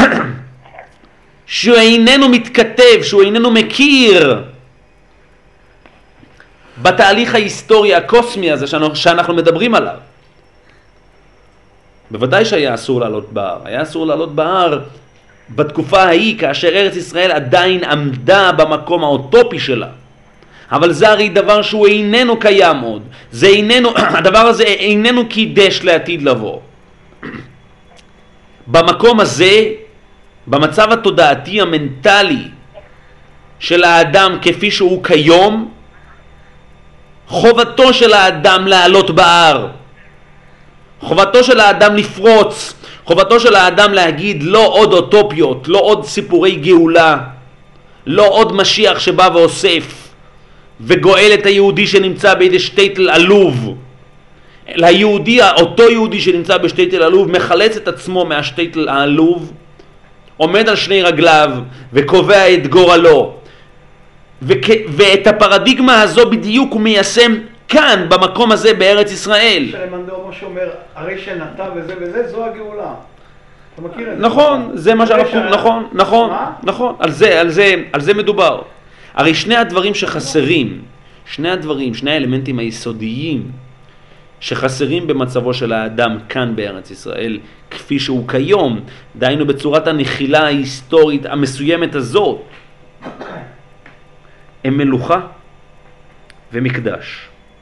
שהוא איננו מתכתב, שהוא איננו מכיר בתהליך ההיסטורי הקוסמי הזה שאנחנו מדברים עליו. בוודאי שהיה אסור לעלות בהר, היה אסור לעלות בהר בתקופה ההיא כאשר ארץ ישראל עדיין עמדה במקום האוטופי שלה. אבל זה הרי דבר שהוא איננו קיים עוד, זה איננו, הדבר הזה איננו קידש לעתיד לבוא. במקום הזה, במצב התודעתי המנטלי של האדם כפי שהוא כיום, חובתו של האדם לעלות בהר, חובתו של האדם לפרוץ, חובתו של האדם להגיד לא עוד אוטופיות, לא עוד סיפורי גאולה, לא עוד משיח שבא ואוסף וגואל את היהודי שנמצא בידי שטייטל עלוב. ליהודי, אותו יהודי שנמצא בשטייטל עלוב מחלץ את עצמו מהשטייטל העלוב, עומד על שני רגליו וקובע את גורלו, וכ... ואת הפרדיגמה הזו בדיוק הוא מיישם כאן במקום הזה בארץ ישראל. שלמנדור מה שאומר הרי שנתה וזה וזה זו הגאולה. אתה מכיר את זה? נכון, זה מה שאנחנו, נכון, נכון, נכון, על זה, על זה, על זה מדובר. הרי שני הדברים שחסרים, שני הדברים, שני האלמנטים היסודיים שחסרים במצבו של האדם כאן בארץ ישראל, כפי שהוא כיום, דהיינו בצורת הנחילה ההיסטורית המסוימת הזאת, הם מלוכה ומקדש.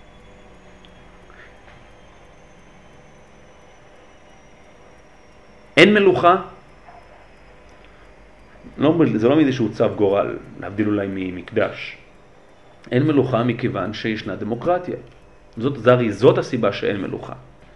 אין מלוכה, לא, זה לא מאיזשהו צו גורל, להבדיל אולי ממקדש. אין מלוכה מכיוון שישנה דמוקרטיה. זאת, זרי, זאת הסיבה שאין מלוכה.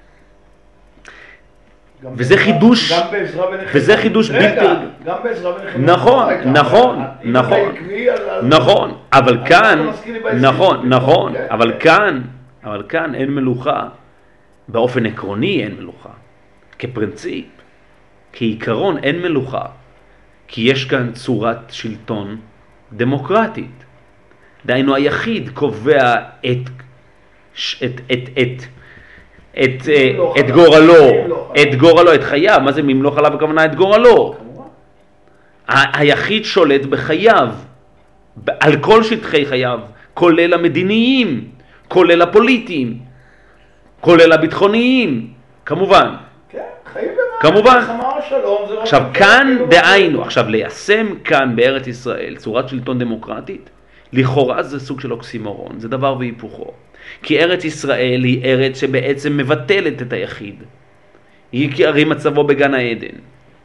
וזה חידוש, גם בעזרה ונחמה. וזה חידוש בלתי... גם בעזרה ונחמה. נכון, נכון, נכון, נכון, אבל כאן, נכון, נכון, אבל כאן, אבל כאן אין מלוכה. באופן עקרוני אין מלוכה. כפרינציפ, כעיקרון אין מלוכה. כי יש כאן צורת שלטון דמוקרטית. דהיינו היחיד קובע את את את את את את גורלו, את גורלו, את חייו. מה זה ממלוך עליו הכוונה? את גורלו. היחיד שולט בחייו, על כל שטחי חייו, כולל המדיניים, כולל הפוליטיים, כולל הביטחוניים, כמובן. כמובן. עכשיו כאן דהיינו, עכשיו ליישם כאן בארץ ישראל צורת שלטון דמוקרטית, לכאורה זה סוג של אוקסימורון, זה דבר והיפוכו. כי ארץ ישראל היא ארץ שבעצם מבטלת את היחיד. היא הרי מצבו בגן העדן.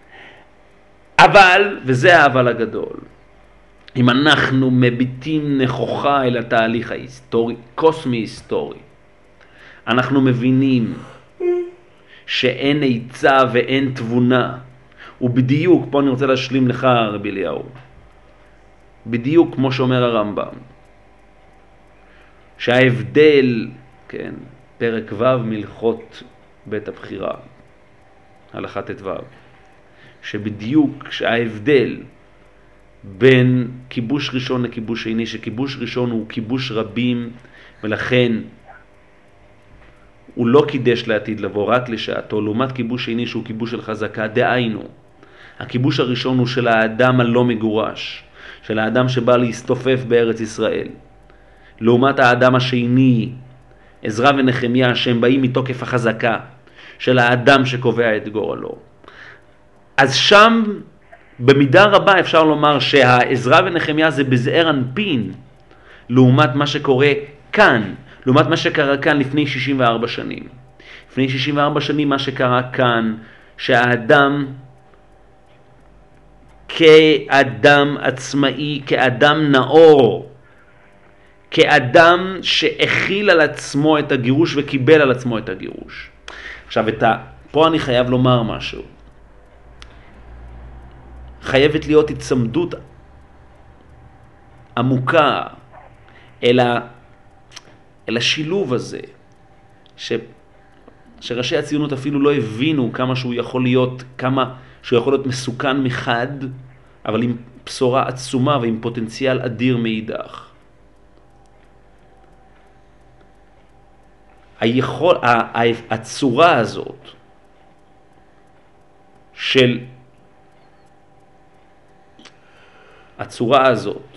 אבל, וזה האבל הגדול, אם אנחנו מביטים נכוחה אל התהליך ההיסטורי, קוסמי היסטורי, אנחנו מבינים שאין היצע ואין תבונה. ובדיוק, פה אני רוצה להשלים לך רבי אליהו, בדיוק כמו שאומר הרמב"ם, שההבדל, כן, פרק ו' מלכות בית הבחירה, הלכה ט"ו, שבדיוק שההבדל בין כיבוש ראשון לכיבוש שני, שכיבוש ראשון הוא כיבוש רבים, ולכן הוא לא קידש לעתיד לבוא רק לשעתו, לעומת כיבוש שני שהוא כיבוש של חזקה, דהיינו, הכיבוש הראשון הוא של האדם הלא מגורש, של האדם שבא להסתופף בארץ ישראל. לעומת האדם השני, עזרא ונחמיה, שהם באים מתוקף החזקה של האדם שקובע את גורלו. אז שם במידה רבה אפשר לומר שהעזרא ונחמיה זה בזעיר אנפין, לעומת מה שקורה כאן, לעומת מה שקרה כאן לפני שישים וארבע שנים. לפני שישים וארבע שנים מה שקרה כאן, שהאדם כאדם עצמאי, כאדם נאור, כאדם שהכיל על עצמו את הגירוש וקיבל על עצמו את הגירוש. עכשיו, את ה... פה אני חייב לומר משהו. חייבת להיות הצמדות עמוקה אל, ה... אל השילוב הזה, ש... שראשי הציונות אפילו לא הבינו כמה שהוא יכול להיות, כמה שהוא יכול להיות מסוכן מחד, אבל עם בשורה עצומה ועם פוטנציאל אדיר מאידך. היכול, הצורה הזאת של הצורה הזאת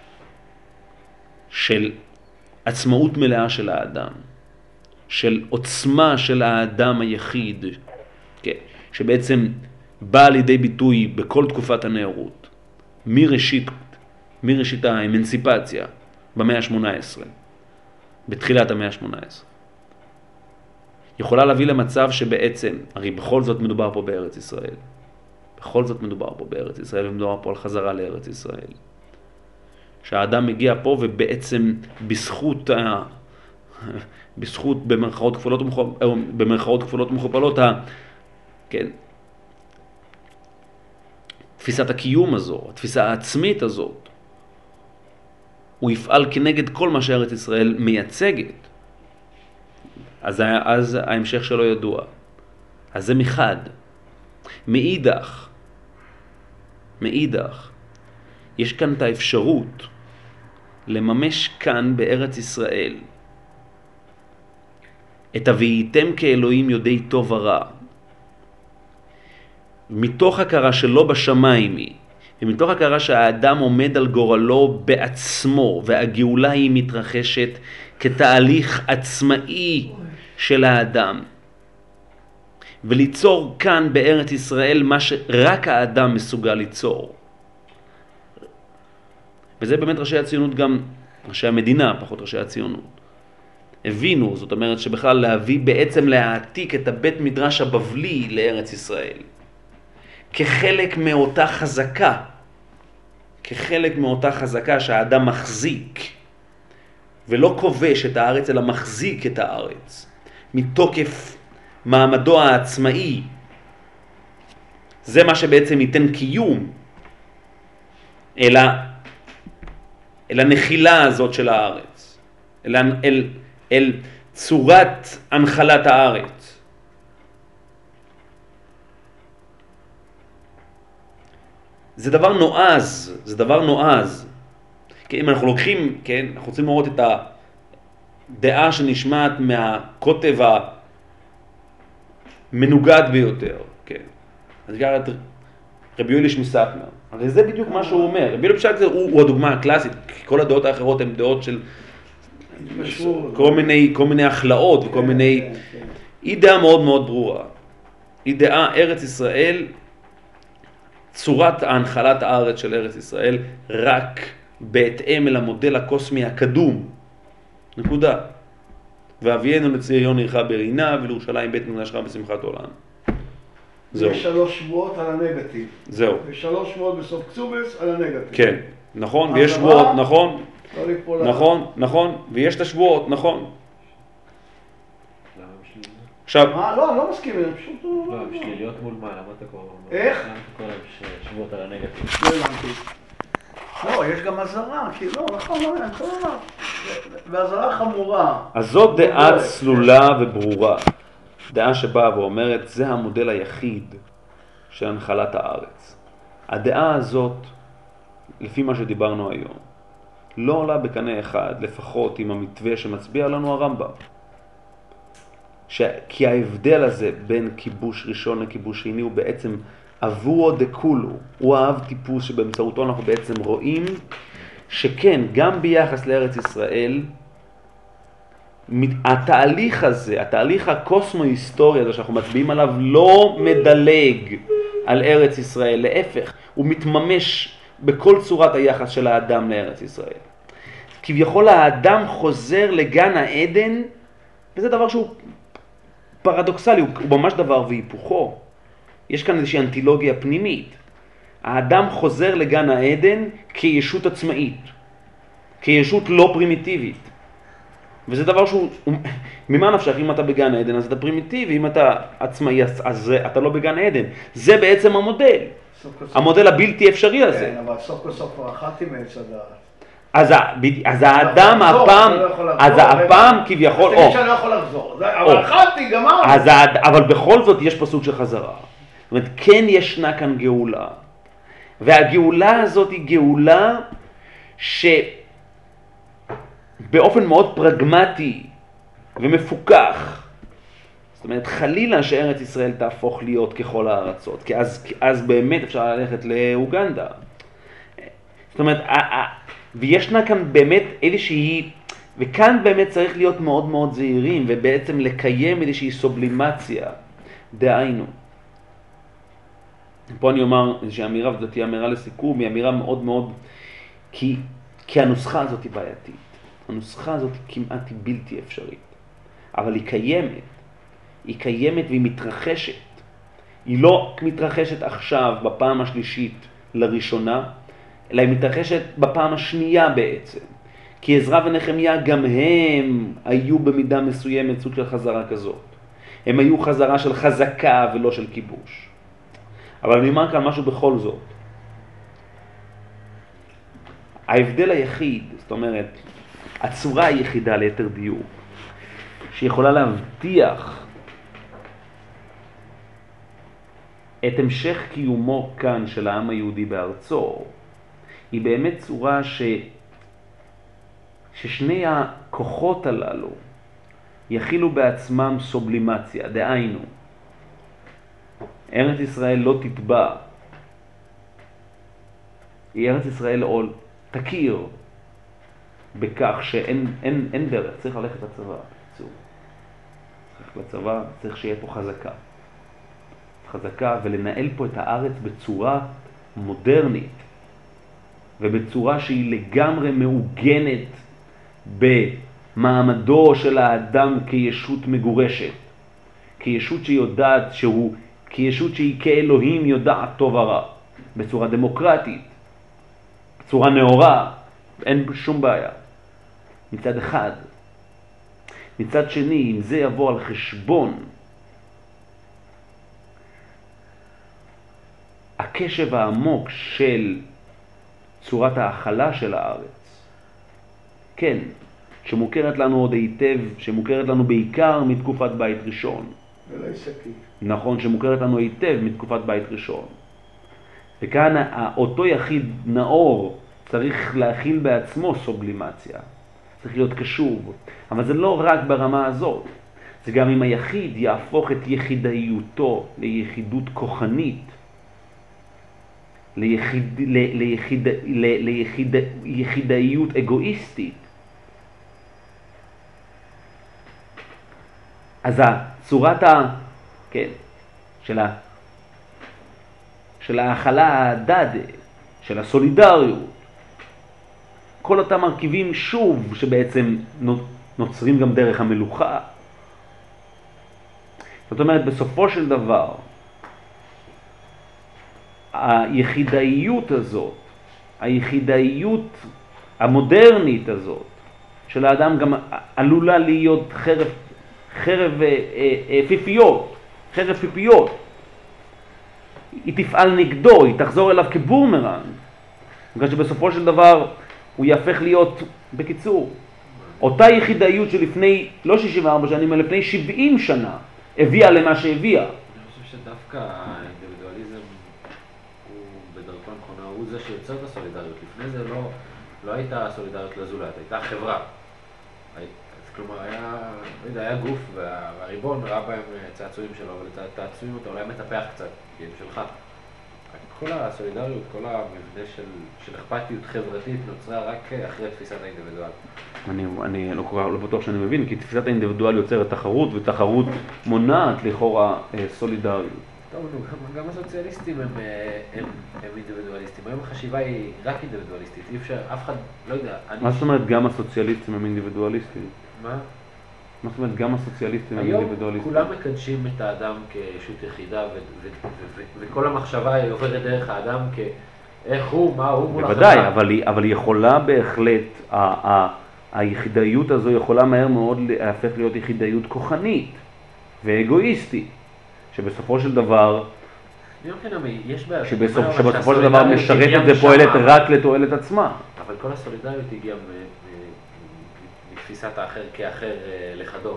של עצמאות מלאה של האדם, של עוצמה של האדם היחיד, כן, שבעצם באה לידי ביטוי בכל תקופת הנאורות, מראשית, מראשית האמנסיפציה במאה ה-שמונה עשרה, בתחילת המאה ה-שמונה עשרה. יכולה להביא למצב שבעצם, הרי בכל זאת מדובר פה בארץ ישראל, בכל זאת מדובר פה בארץ ישראל, ומדובר פה על חזרה לארץ ישראל. שהאדם מגיע פה ובעצם בזכות, ה... בזכות במרכאות כפולות ומכופלות, במרכאות כפולות ומכופלות, ה... כן, תפיסת הקיום הזו, התפיסה העצמית הזאת, הוא יפעל כנגד כל מה שארץ ישראל מייצגת. אז, אז ההמשך שלו ידוע. אז זה מחד. מאידך, מאידך, יש כאן את האפשרות לממש כאן בארץ ישראל את הווייתם כאלוהים יודעי טוב ורע, מתוך הכרה שלא בשמיים היא, ומתוך הכרה שהאדם עומד על גורלו בעצמו, והגאולה היא מתרחשת כתהליך עצמאי של האדם. וליצור כאן בארץ ישראל מה שרק האדם מסוגל ליצור. וזה באמת ראשי הציונות, גם ראשי המדינה, פחות ראשי הציונות, הבינו, זאת אומרת שבכלל להביא, בעצם להעתיק את הבית מדרש הבבלי לארץ ישראל. כחלק מאותה חזקה, כחלק מאותה חזקה שהאדם מחזיק, ולא כובש את הארץ, אלא מחזיק את הארץ, מתוקף מעמדו העצמאי. זה מה שבעצם ייתן קיום אל, ה, אל הנחילה הזאת של הארץ, אל, אל, אל צורת הנחלת הארץ. זה דבר נועז, זה דבר נועז. כן, אם אנחנו לוקחים, כן, אנחנו רוצים לראות את הדעה שנשמעת מהכותב המנוגד ביותר, כן. אז נקרא את רבי יוליש מסקנר. הרי זה בדיוק מה שהוא אומר. רבי יוליש מסקנר הוא, הוא הדוגמה הקלאסית, כי כל הדעות האחרות הן דעות של כל מיני, כל מיני החלאות וכל מיני... היא דעה מאוד מאוד ברורה. היא דעה ארץ ישראל, צורת ההנחלת הארץ של ארץ ישראל, רק בהתאם אל המודל הקוסמי הקדום. נקודה. ואבינו לציון עירך ברינה, ולירושלים בית מקדשך בשמחת עולם. זהו. יש שלוש שבועות על הנגטיב. זהו. ושלוש שבועות בסוף קצובס על הנגטיב. כן, נכון, ויש שבועות, נכון. לא ליפול. נכון, נכון, ויש את השבועות, נכון. עכשיו... מה? לא, אני לא מסכים, אני פשוט... לא, בשביל להיות מול מה, למה אתה קורא? איך? למה אתה קורא שבועות על הנגטיב? לא הבנתי. לא, יש גם הזרה, כי לא, נכון, לא, אני קורא לה. והזרה חמורה. אז זאת דעה צלולה וברורה. דעה שבאה ואומרת, זה המודל היחיד של הנחלת הארץ. הדעה הזאת, לפי מה שדיברנו היום, לא עולה בקנה אחד, לפחות עם המתווה שמצביע לנו הרמב"ם. ש... כי ההבדל הזה בין כיבוש ראשון לכיבוש שני הוא בעצם עבורו דקולו, הוא האב טיפוס שבאמצעותו אנחנו בעצם רואים שכן, גם ביחס לארץ ישראל, התהליך הזה, התהליך הקוסמו-היסטורי הזה שאנחנו מצביעים עליו לא מדלג על ארץ ישראל, להפך, הוא מתממש בכל צורת היחס של האדם לארץ ישראל. כביכול האדם חוזר לגן העדן, וזה דבר שהוא פרדוקסלי, הוא, הוא ממש דבר והיפוכו. יש כאן איזושהי אנטילוגיה פנימית. האדם חוזר לגן העדן כישות עצמאית, כישות לא פרימיטיבית. וזה דבר שהוא, ממה נפשך? אם אתה בגן העדן אז אתה פרימיטיבי, אם אתה עצמאי אז אתה לא בגן העדן. זה בעצם המודל, המודל הבלתי אפשרי הזה. כן, אבל סוף כל סוף אכלתי מעץ הדעת. אז, אז האדם הפעם, אז הפעם כביכול, או, שאני לא יכול לחזור, אבל אכלתי, גמרנו. אבל בכל זאת יש פה סוג של חזרה. זאת אומרת, כן ישנה כאן גאולה. והגאולה הזאת היא גאולה שבאופן מאוד פרגמטי ומפוקח, זאת אומרת, חלילה שארץ ישראל תהפוך להיות ככל הארצות, כי אז, כי אז באמת אפשר ללכת לאוגנדה. זאת אומרת, וישנה כאן באמת איזושהי, וכאן באמת צריך להיות מאוד מאוד זהירים, ובעצם לקיים איזושהי סובלימציה, דהיינו. פה אני אומר איזושהי אמירה, וזאת היא אמירה לסיכום, היא אמירה מאוד מאוד, כי, כי הנוסחה הזאת היא בעייתית. הנוסחה הזאת היא כמעט היא בלתי אפשרית, אבל היא קיימת. היא קיימת והיא מתרחשת. היא לא מתרחשת עכשיו בפעם השלישית לראשונה, אלא היא מתרחשת בפעם השנייה בעצם. כי עזרא ונחמיה גם הם היו במידה מסוימת סוג של חזרה כזאת. הם היו חזרה של חזקה ולא של כיבוש. אבל אני אומר כאן משהו בכל זאת. ההבדל היחיד, זאת אומרת, הצורה היחידה ליתר דיוק, שיכולה להבטיח את המשך קיומו כאן של העם היהודי בארצו, היא באמת צורה ש... ששני הכוחות הללו יכילו בעצמם סובלימציה, דהיינו, ארץ ישראל לא תטבע, היא ארץ ישראל או תכיר בכך שאין אין, אין דרך, צריך ללכת לצבא, בקיצור. צריך לצבא, צריך שיהיה פה חזקה. חזקה ולנהל פה את הארץ בצורה מודרנית, ובצורה שהיא לגמרי מעוגנת במעמדו של האדם כישות מגורשת, כישות שיודעת שהוא, כישות שהיא כאלוהים יודעת טוב ורע, בצורה דמוקרטית, בצורה נאורה, אין שום בעיה. מצד אחד. מצד שני, אם זה יבוא על חשבון הקשב העמוק של צורת האכלה של הארץ, כן, שמוכרת לנו עוד היטב, שמוכרת לנו בעיקר מתקופת בית ראשון. ולא שקי. נכון, שמוכרת לנו היטב מתקופת בית ראשון. וכאן אותו יחיד נאור צריך להכיל בעצמו סובלימציה. צריך להיות קשוב. אבל זה לא רק ברמה הזאת. זה גם אם היחיד יהפוך את יחידאיותו ליחידות כוחנית, ליחיד, ל, ליחיד, ל, ליחיד, יחידאיות אגואיסטית. אז הצורת ה... כן, של ה... של האכלה ההדד, של הסולידריות, כל אותם מרכיבים שוב שבעצם נוצרים גם דרך המלוכה. זאת אומרת, בסופו של דבר, היחידאיות הזאת, היחידאיות המודרנית הזאת, של האדם גם עלולה להיות חרב, חרב פיפיות, חרב פיפיות. היא תפעל נגדו, היא תחזור אליו כבומרנג. בגלל שבסופו של דבר הוא יהפך להיות, בקיצור, אותה יחידאיות שלפני, לא שישים וארבע שנים, אלא לפני שבעים שנה, הביאה למה שהביאה. אני חושב שדווקא האינדיבידואליזם הוא בדרכו הנכונה, הוא זה שיוצר את הסולידריות. לפני זה לא, לא הייתה סולידריות לזולת, הייתה חברה. כלומר, היה, לא יודע, היה גוף והריבון ראה בהם צעצועים שלו, אבל צעצועים אותו, אולי מטפח קצת, כי הם שלך. כל הסולידריות, כל המבנה של, של אכפתיות חברתית נוצרה רק אחרי תפיסת האינדיבידואל. אני, אני לא, לא בטוח שאני מבין, כי תפיסת האינדיבידואל יוצרת תחרות, ותחרות מונעת לכאורה סולידריות. טוב, נו, גם, גם הסוציאליסטים הם, הם, הם אינדיבידואליסטים. היום החשיבה היא רק אינדיבידואליסטית. אי אפשר, אף אחד, לא יודע, אני... מה זאת אומרת גם הסוציאליסטים הם אינדיבידואליסטים? מה? מה זאת אומרת גם הסוציאליסטים הם היום אינדיבידואליסטים? כולם מקדשים את האדם כשישות יחידה, ו- ו- ו- ו- וכל המחשבה היא עוברת דרך האדם כאיך הוא, מה הוא מול החברה. בוודאי, אבל היא, אבל היא יכולה בהחלט, ה- ה- היחידאיות הזו יכולה מהר מאוד להפך להיות יחידאיות כוחנית ואגואיסטית, שבסופו של דבר, לא כן, עמי, יש בעיה. שבסופ, שבסופו של דבר משרתת ופועלת רק לתועלת עצמה. אבל כל הסולידריות הגיעה מתפיסת האחר כאחר לחדו.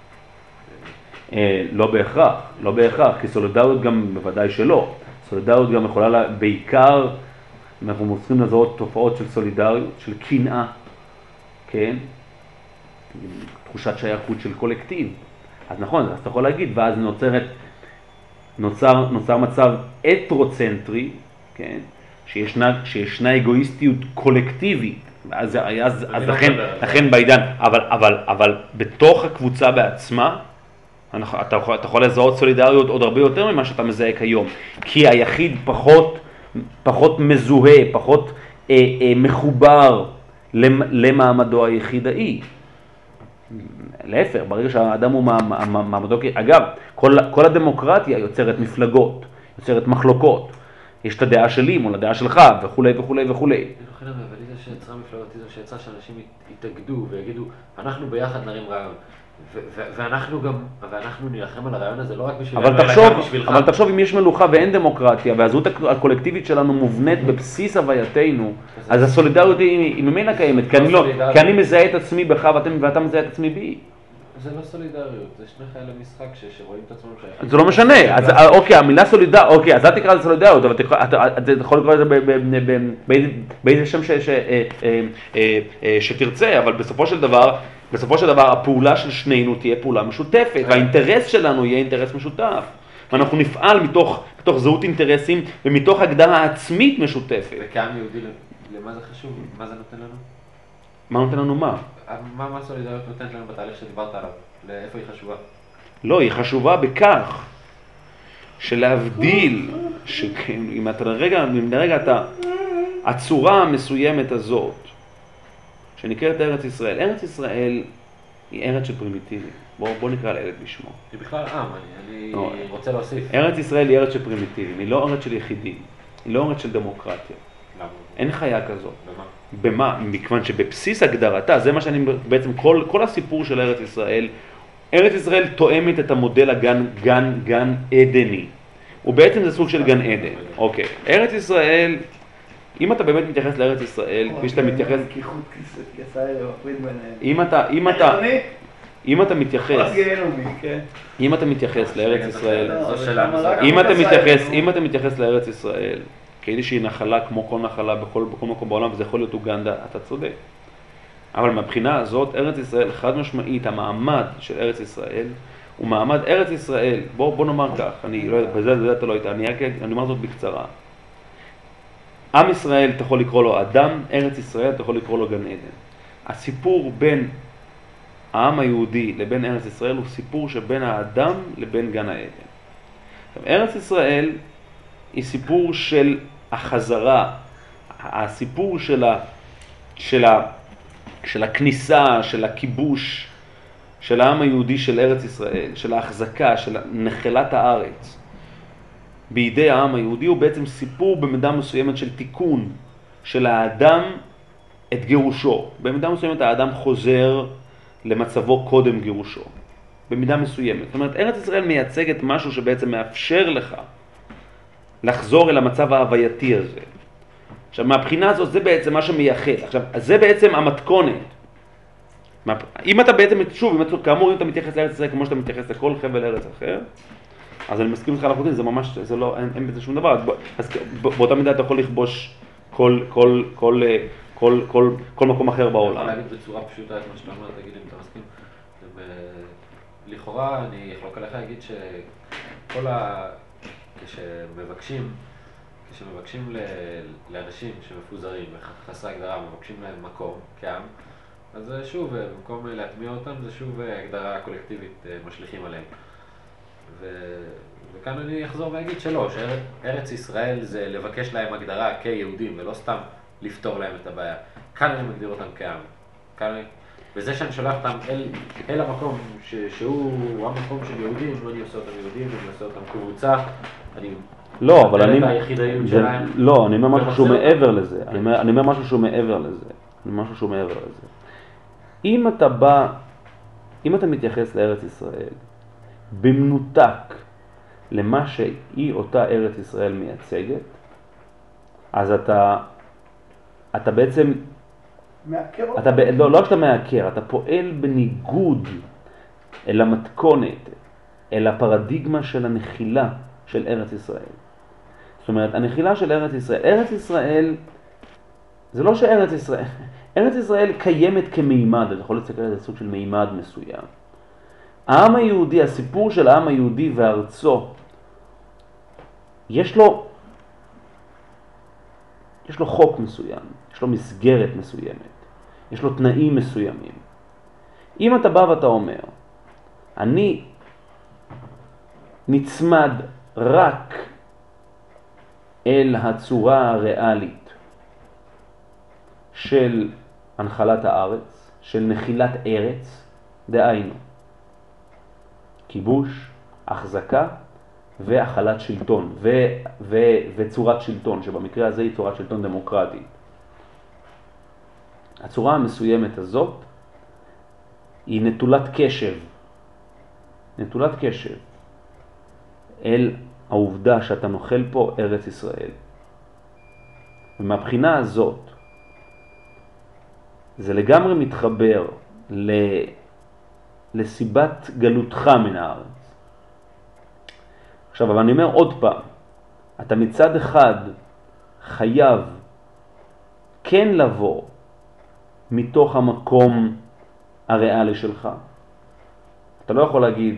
לא בהכרח, לא בהכרח, כי סולידריות גם בוודאי שלא. סולידריות גם יכולה, לה, בעיקר, אנחנו צריכים לזהות תופעות של סולידריות, של קנאה, כן? תחושת שייכות של קולקטיב. אז נכון, אז אתה יכול להגיד, ואז נוצרת, נוצר, נוצר מצב אטרוצנטרי, כן? שישנה, שישנה אגואיסטיות קולקטיבית, אז, אז, אז לכן, לכן בעידן, אבל, אבל, אבל בתוך הקבוצה בעצמה, אתה יכול, אתה יכול לזהות סולידריות עוד הרבה יותר ממה שאתה מזהה כיום, כי היחיד פחות, פחות מזוהה, פחות אה, אה, מחובר למעמדו היחידאי. להפך, ברגע שהאדם הוא מעמדו, אגב, כל, כל הדמוקרטיה יוצרת מפלגות, יוצרת מחלוקות. יש את הדעה שלי מול הדעה שלך וכו' וכו' וכו'. אני חושב, אבל היא זה שיצרה מפלגות, היא זה שיצרה שאנשים יתאגדו ויגידו, אנחנו ביחד נרים רעיון. ואנחנו גם, ואנחנו נלחם על הרעיון הזה לא רק בשביל... אבל תחשוב, אבל תחשוב אם יש מלוכה ואין דמוקרטיה, והזהות הקולקטיבית שלנו מובנית בבסיס הווייתנו, אז הסולידריות היא ממנה קיימת, כי אני מזהה את עצמי בך ואתה מזהה את עצמי בי. זה לא סולידריות, זה שני חיילי משחק שרואים את עצמם שייכים. זה לא משנה, אז אוקיי, המילה סולידריות, אוקיי, אז אל תקרא לזה סולידריות, אבל אתה יכול לקרוא לזה באיזה שם שתרצה, אבל בסופו של דבר, בסופו של דבר הפעולה של שנינו תהיה פעולה משותפת, והאינטרס שלנו יהיה אינטרס משותף. ואנחנו נפעל מתוך, מתוך זהות אינטרסים ומתוך הגדרה עצמית משותפת. וכעם יהודי, למה זה חשוב? מה זה נותן לנו? מה נותן לנו מה? מה מה הסולידריות נותנת לנו בתהליך שדיברת עליו? לאיפה היא חשובה? לא, היא חשובה בכך שלהבדיל, שאם אתה לרגע, אם לרגע אתה, הצורה המסוימת הזאת, שנקראת ארץ ישראל, ארץ ישראל היא ארץ של פרימיטיבי. בוא, בוא נקרא לילד בשמו. היא בכלל עם, אני, אני לא, רוצה להוסיף. ארץ ישראל היא ארץ של פרימיטיבים, היא לא ארץ של יחידים, היא לא ארץ של דמוקרטיה. למה? אין חיה כזאת. במה? במה? מכיוון שבבסיס הגדרתה, זה מה שאני בעצם, כל, כל הסיפור של ארץ ישראל, ארץ ישראל תואמת את המודל הגן, גן, גן עדני. ובעצם זה סוג של גן עדן. אוקיי. ארץ ישראל, אם אתה באמת מתייחס לארץ ישראל, כפי שאתה מתייחס... אם אתה, אם אתה, אם אתה מתייחס, אם אתה מתייחס לארץ ישראל, אם אתה מתייחס, אם אתה מתייחס לארץ ישראל, כאיזושהי נחלה כמו כל נחלה בכל, בכל מקום בעולם, וזה יכול להיות אוגנדה, אתה צודק. אבל מהבחינה הזאת, ארץ ישראל, חד משמעית, המעמד של ארץ ישראל, הוא מעמד ארץ ישראל, בוא, בוא נאמר כך, אני לא יודע, בזה, בזה אתה לא יודע, אני, אני אומר זאת בקצרה. עם ישראל, אתה יכול לקרוא לו אדם, ארץ ישראל, אתה יכול לקרוא לו גן עדן. הסיפור בין העם היהודי לבין ארץ ישראל הוא סיפור שבין האדם לבין גן העדן. ארץ ישראל היא סיפור של החזרה, הסיפור של, ה, של, ה, של הכניסה, של הכיבוש, של העם היהודי של ארץ ישראל, של ההחזקה, של נחלת הארץ. בידי העם היהודי הוא בעצם סיפור במידה מסוימת של תיקון של האדם את גירושו. במידה מסוימת האדם חוזר למצבו קודם גירושו. במידה מסוימת. זאת אומרת, ארץ ישראל מייצגת משהו שבעצם מאפשר לך לחזור אל המצב ההווייתי הזה. עכשיו, מהבחינה הזאת זה בעצם מה שמייחד. עכשיו, זה בעצם המתכונת. אם אתה בעצם, שוב, כאמור, אם אתה מתייחס לארץ ישראל כמו שאתה מתייחס לכל חבל ארץ אחר, אז אני מסכים לך לחלוטין, זה ממש, זה לא, אין, אין בזה שום דבר. אז באותה מידה אתה יכול לכבוש כל, כל, כל, כל, כל, כל מקום אחר בעולם. אני יכול להגיד בצורה פשוטה את מה שאתה אומר, תגיד אם אתה מסכים. לכאורה, אני אחלוק עליך להגיד שכל ה... כשמבקשים, כשמבקשים לאנשים שמפוזרים וחסרי הגדרה, מבקשים להם מקום כעם, אז שוב, במקום להטמיע אותם, זה שוב הגדרה קולקטיבית משליכים עליהם. ו... וכאן אני אחזור ואגיד שלא, שארץ ישראל זה לבקש להם הגדרה כיהודים, ולא סתם לפתור להם את הבעיה. כאן אני מגדיר אותם כעם. כאן... וזה שאני שולח אותם אל, אל המקום ש... שהוא המקום של יהודים, אני עושה אותם יהודים, אני עושה אותם קבוצה, אני... לא, אבל אני... היחידאיות שלהם. לא, אני אומר משהו שהוא מעבר לזה. אני אומר, אני אומר משהו שהוא מעבר לזה. אני אומר משהו שהוא מעבר לזה. אם אתה בא, אם אתה מתייחס לארץ ישראל, במנותק למה שהיא אותה ארץ ישראל מייצגת, אז אתה, אתה בעצם, מעקר אתה, לא, לא שאתה מעקר, אתה פועל בניגוד אל המתכונת, אל הפרדיגמה של הנחילה של ארץ ישראל. זאת אומרת, הנחילה של ארץ ישראל, ארץ ישראל, זה לא שארץ ישראל, ארץ ישראל קיימת כמימד, אתה יכול להסתכל על זה סוג של מימד מסוים. העם היהודי, הסיפור של העם היהודי וארצו, יש לו, יש לו חוק מסוים, יש לו מסגרת מסוימת, יש לו תנאים מסוימים. אם אתה בא ואתה אומר, אני נצמד רק אל הצורה הריאלית של הנחלת הארץ, של נחילת ארץ, דהיינו, כיבוש, החזקה והחלת שלטון ו, ו, וצורת שלטון, שבמקרה הזה היא צורת שלטון דמוקרטית. הצורה המסוימת הזאת היא נטולת קשב, נטולת קשב אל העובדה שאתה נוחל פה ארץ ישראל. ומהבחינה הזאת זה לגמרי מתחבר ל... לסיבת גלותך מן הארץ. עכשיו, אבל אני אומר עוד פעם, אתה מצד אחד חייב כן לבוא מתוך המקום הריאלי שלך. אתה לא יכול להגיד,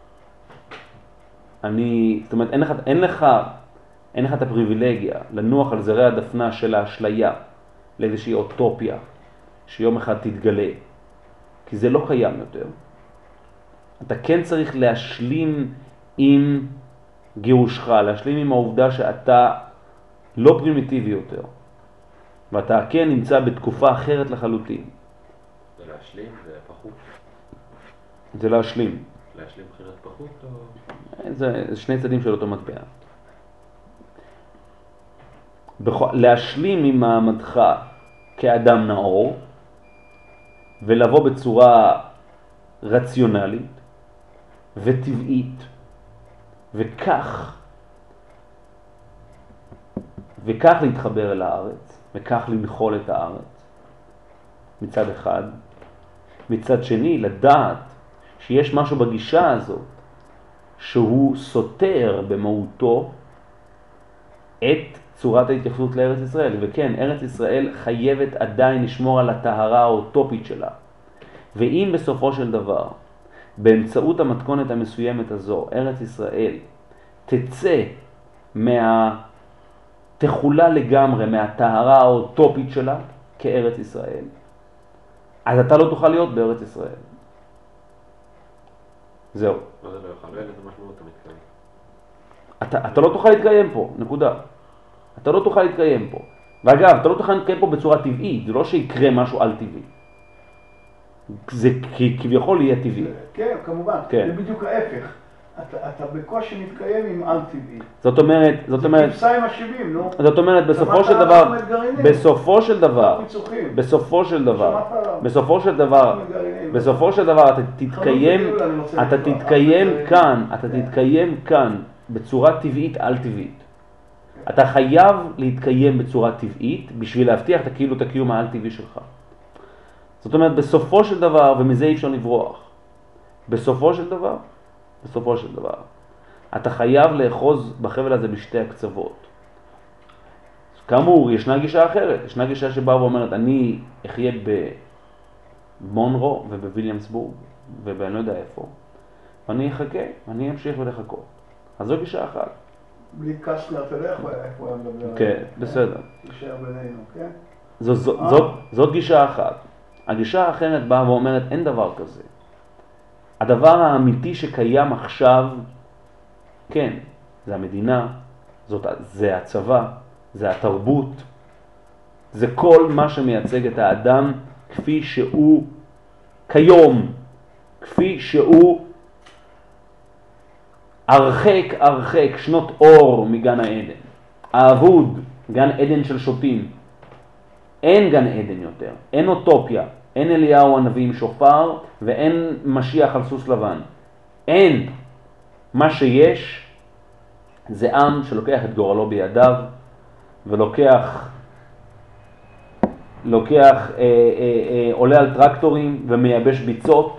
אני, זאת אומרת, אין לך, אין לך, אין לך את הפריבילגיה לנוח על זרי הדפנה של האשליה לאיזושהי אוטופיה שיום אחד תתגלה, כי זה לא קיים יותר. אתה כן צריך להשלים עם גירושך, להשלים עם העובדה שאתה לא פרימיטיבי יותר, ואתה כן נמצא בתקופה אחרת לחלוטין. זה להשלים, זה פחות. זה להשלים. להשלים מבחינת פחות או... זה, זה שני צדדים של אותו מטבע. בכל, להשלים עם מעמדך כאדם נאור, ולבוא בצורה רציונלית וטבעית, וכך, וכך להתחבר אל הארץ, וכך לנחול את הארץ, מצד אחד. מצד שני, לדעת שיש משהו בגישה הזאת, שהוא סותר במהותו את צורת ההתייחסות לארץ ישראל. וכן, ארץ ישראל חייבת עדיין לשמור על הטהרה האוטופית שלה. ואם בסופו של דבר, באמצעות המתכונת המסוימת הזו, ארץ ישראל תצא מה... תחולה לגמרי מהטהרה האוטופית שלה כארץ ישראל, אז אתה לא תוכל להיות בארץ ישראל. זהו. מה זה לא יוכל? לא, זה משמעות אתה מתקיים. אתה, אתה לא תוכל להתקיים פה, נקודה. אתה לא תוכל להתקיים פה. ואגב, אתה לא תוכל להתקיים פה בצורה טבעית, זה לא שיקרה משהו על טבעי. זה כביכול יהיה טבעי. כן, כמובן. כן. זה בדיוק ההפך. אתה, אתה בקושי מתקיים עם על טבעי. זאת אומרת, זאת אומרת, זה כבשה עם השבעים, נו. זאת אומרת, בסופו של דבר, בסופו של דבר, בסופו של דבר, בסופו של דבר, בסופו של דבר, אתה תתקיים, אתה תתקיים כאן, אתה תתקיים כאן בצורה טבעית על טבעית. אתה חייב להתקיים בצורה טבעית בשביל להבטיח את כאילו את הקיום העל טבעי שלך. זאת אומרת, בסופו של דבר, ומזה אי אפשר לברוח, בסופו של דבר, בסופו של דבר, אתה חייב לאחוז בחבל הזה בשתי הקצוות. כאמור, ישנה גישה אחרת, ישנה גישה שבאה ואומרת, אני אחיה במונרו ובוויליאמסבורג ובאני לא יודע איפה, ואני אחכה, ואני אמשיך ולחכות. אז זו גישה אחת. בלי קסלר, אתה יודע איפה הוא היה מדבר? כן, בסדר. תישאר בינינו, כן? זאת גישה אחת. הגישה האחרת באה ואומרת, אין דבר כזה. הדבר האמיתי שקיים עכשיו כן, זה המדינה, זאת, זה הצבא, זה התרבות, זה כל מה שמייצג את האדם כפי שהוא כיום, כפי שהוא הרחק הרחק שנות אור מגן העדן, האבוד, גן עדן של שוטים. אין גן עדן יותר, אין אוטופיה, אין אליהו הנביא עם שופר ואין משיח על סוס לבן. אין. מה שיש זה עם שלוקח את גורלו בידיו ולוקח לוקח, אה, אה, אה, עולה על טרקטורים ומייבש ביצות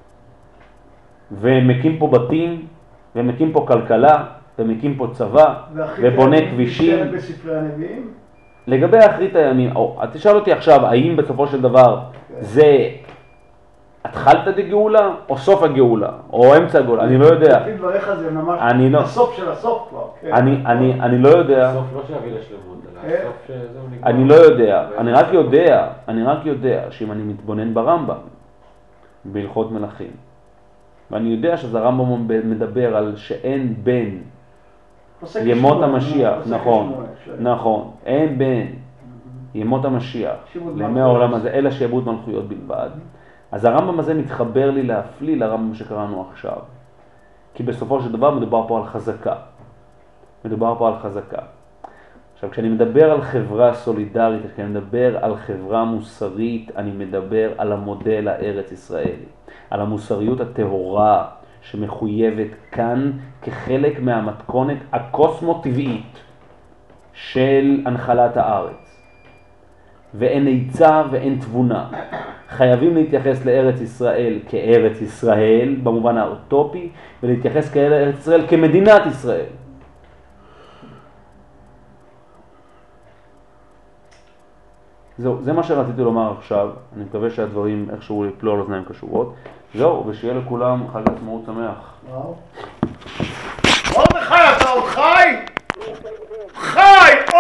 ומקים פה בתים ומקים פה כלכלה ומקים פה צבא ובונה כבישים. והכי בספרי הנביאים? לגבי אחרית הימים, או, תשאל אותי עכשיו, האם בסופו של דבר זה התחלת הגאולה או סוף הגאולה או אמצע הגאולה? אני לא יודע. לפי דבריך זה ממש לא, הסוף של הסוף כבר. אני, אני, אני לא יודע. הסוף לא שיביא לשלמות, אלא הסוף שזהו נגמר. אני לא יודע. אני רק יודע, אני רק יודע שאם אני מתבונן ברמב"ם, בהלכות מלכים, ואני יודע שזה הרמב"ם מדבר על שאין בין ימות המשיח, נכון, נכון, אין בין ימות המשיח לימי העולם הזה, אלא שיעבוד מלכויות בלבד. אז הרמב"ם הזה מתחבר לי להפליא לרמב"ם שקראנו עכשיו. כי בסופו של דבר מדובר פה על חזקה. מדובר פה על חזקה. עכשיו, כשאני מדבר על חברה סולידרית, כשאני מדבר על חברה מוסרית, אני מדבר על המודל הארץ ישראלי. על המוסריות הטהורה שמחויבת כאן כחלק מהמתכונת הקוסמו-טבעית של הנחלת הארץ. ואין היצע ואין תבונה. חייבים להתייחס לארץ ישראל כארץ ישראל במובן האוטופי, ולהתייחס לארץ ישראל כמדינת ישראל. זהו, זה מה שרציתי לומר עכשיו. אני מקווה שהדברים איכשהו יפלו על אוזניים קשורות. זהו, ושיהיה לכולם חג עצמאות שמח. וואו. מרדכי, אתה עוד חי?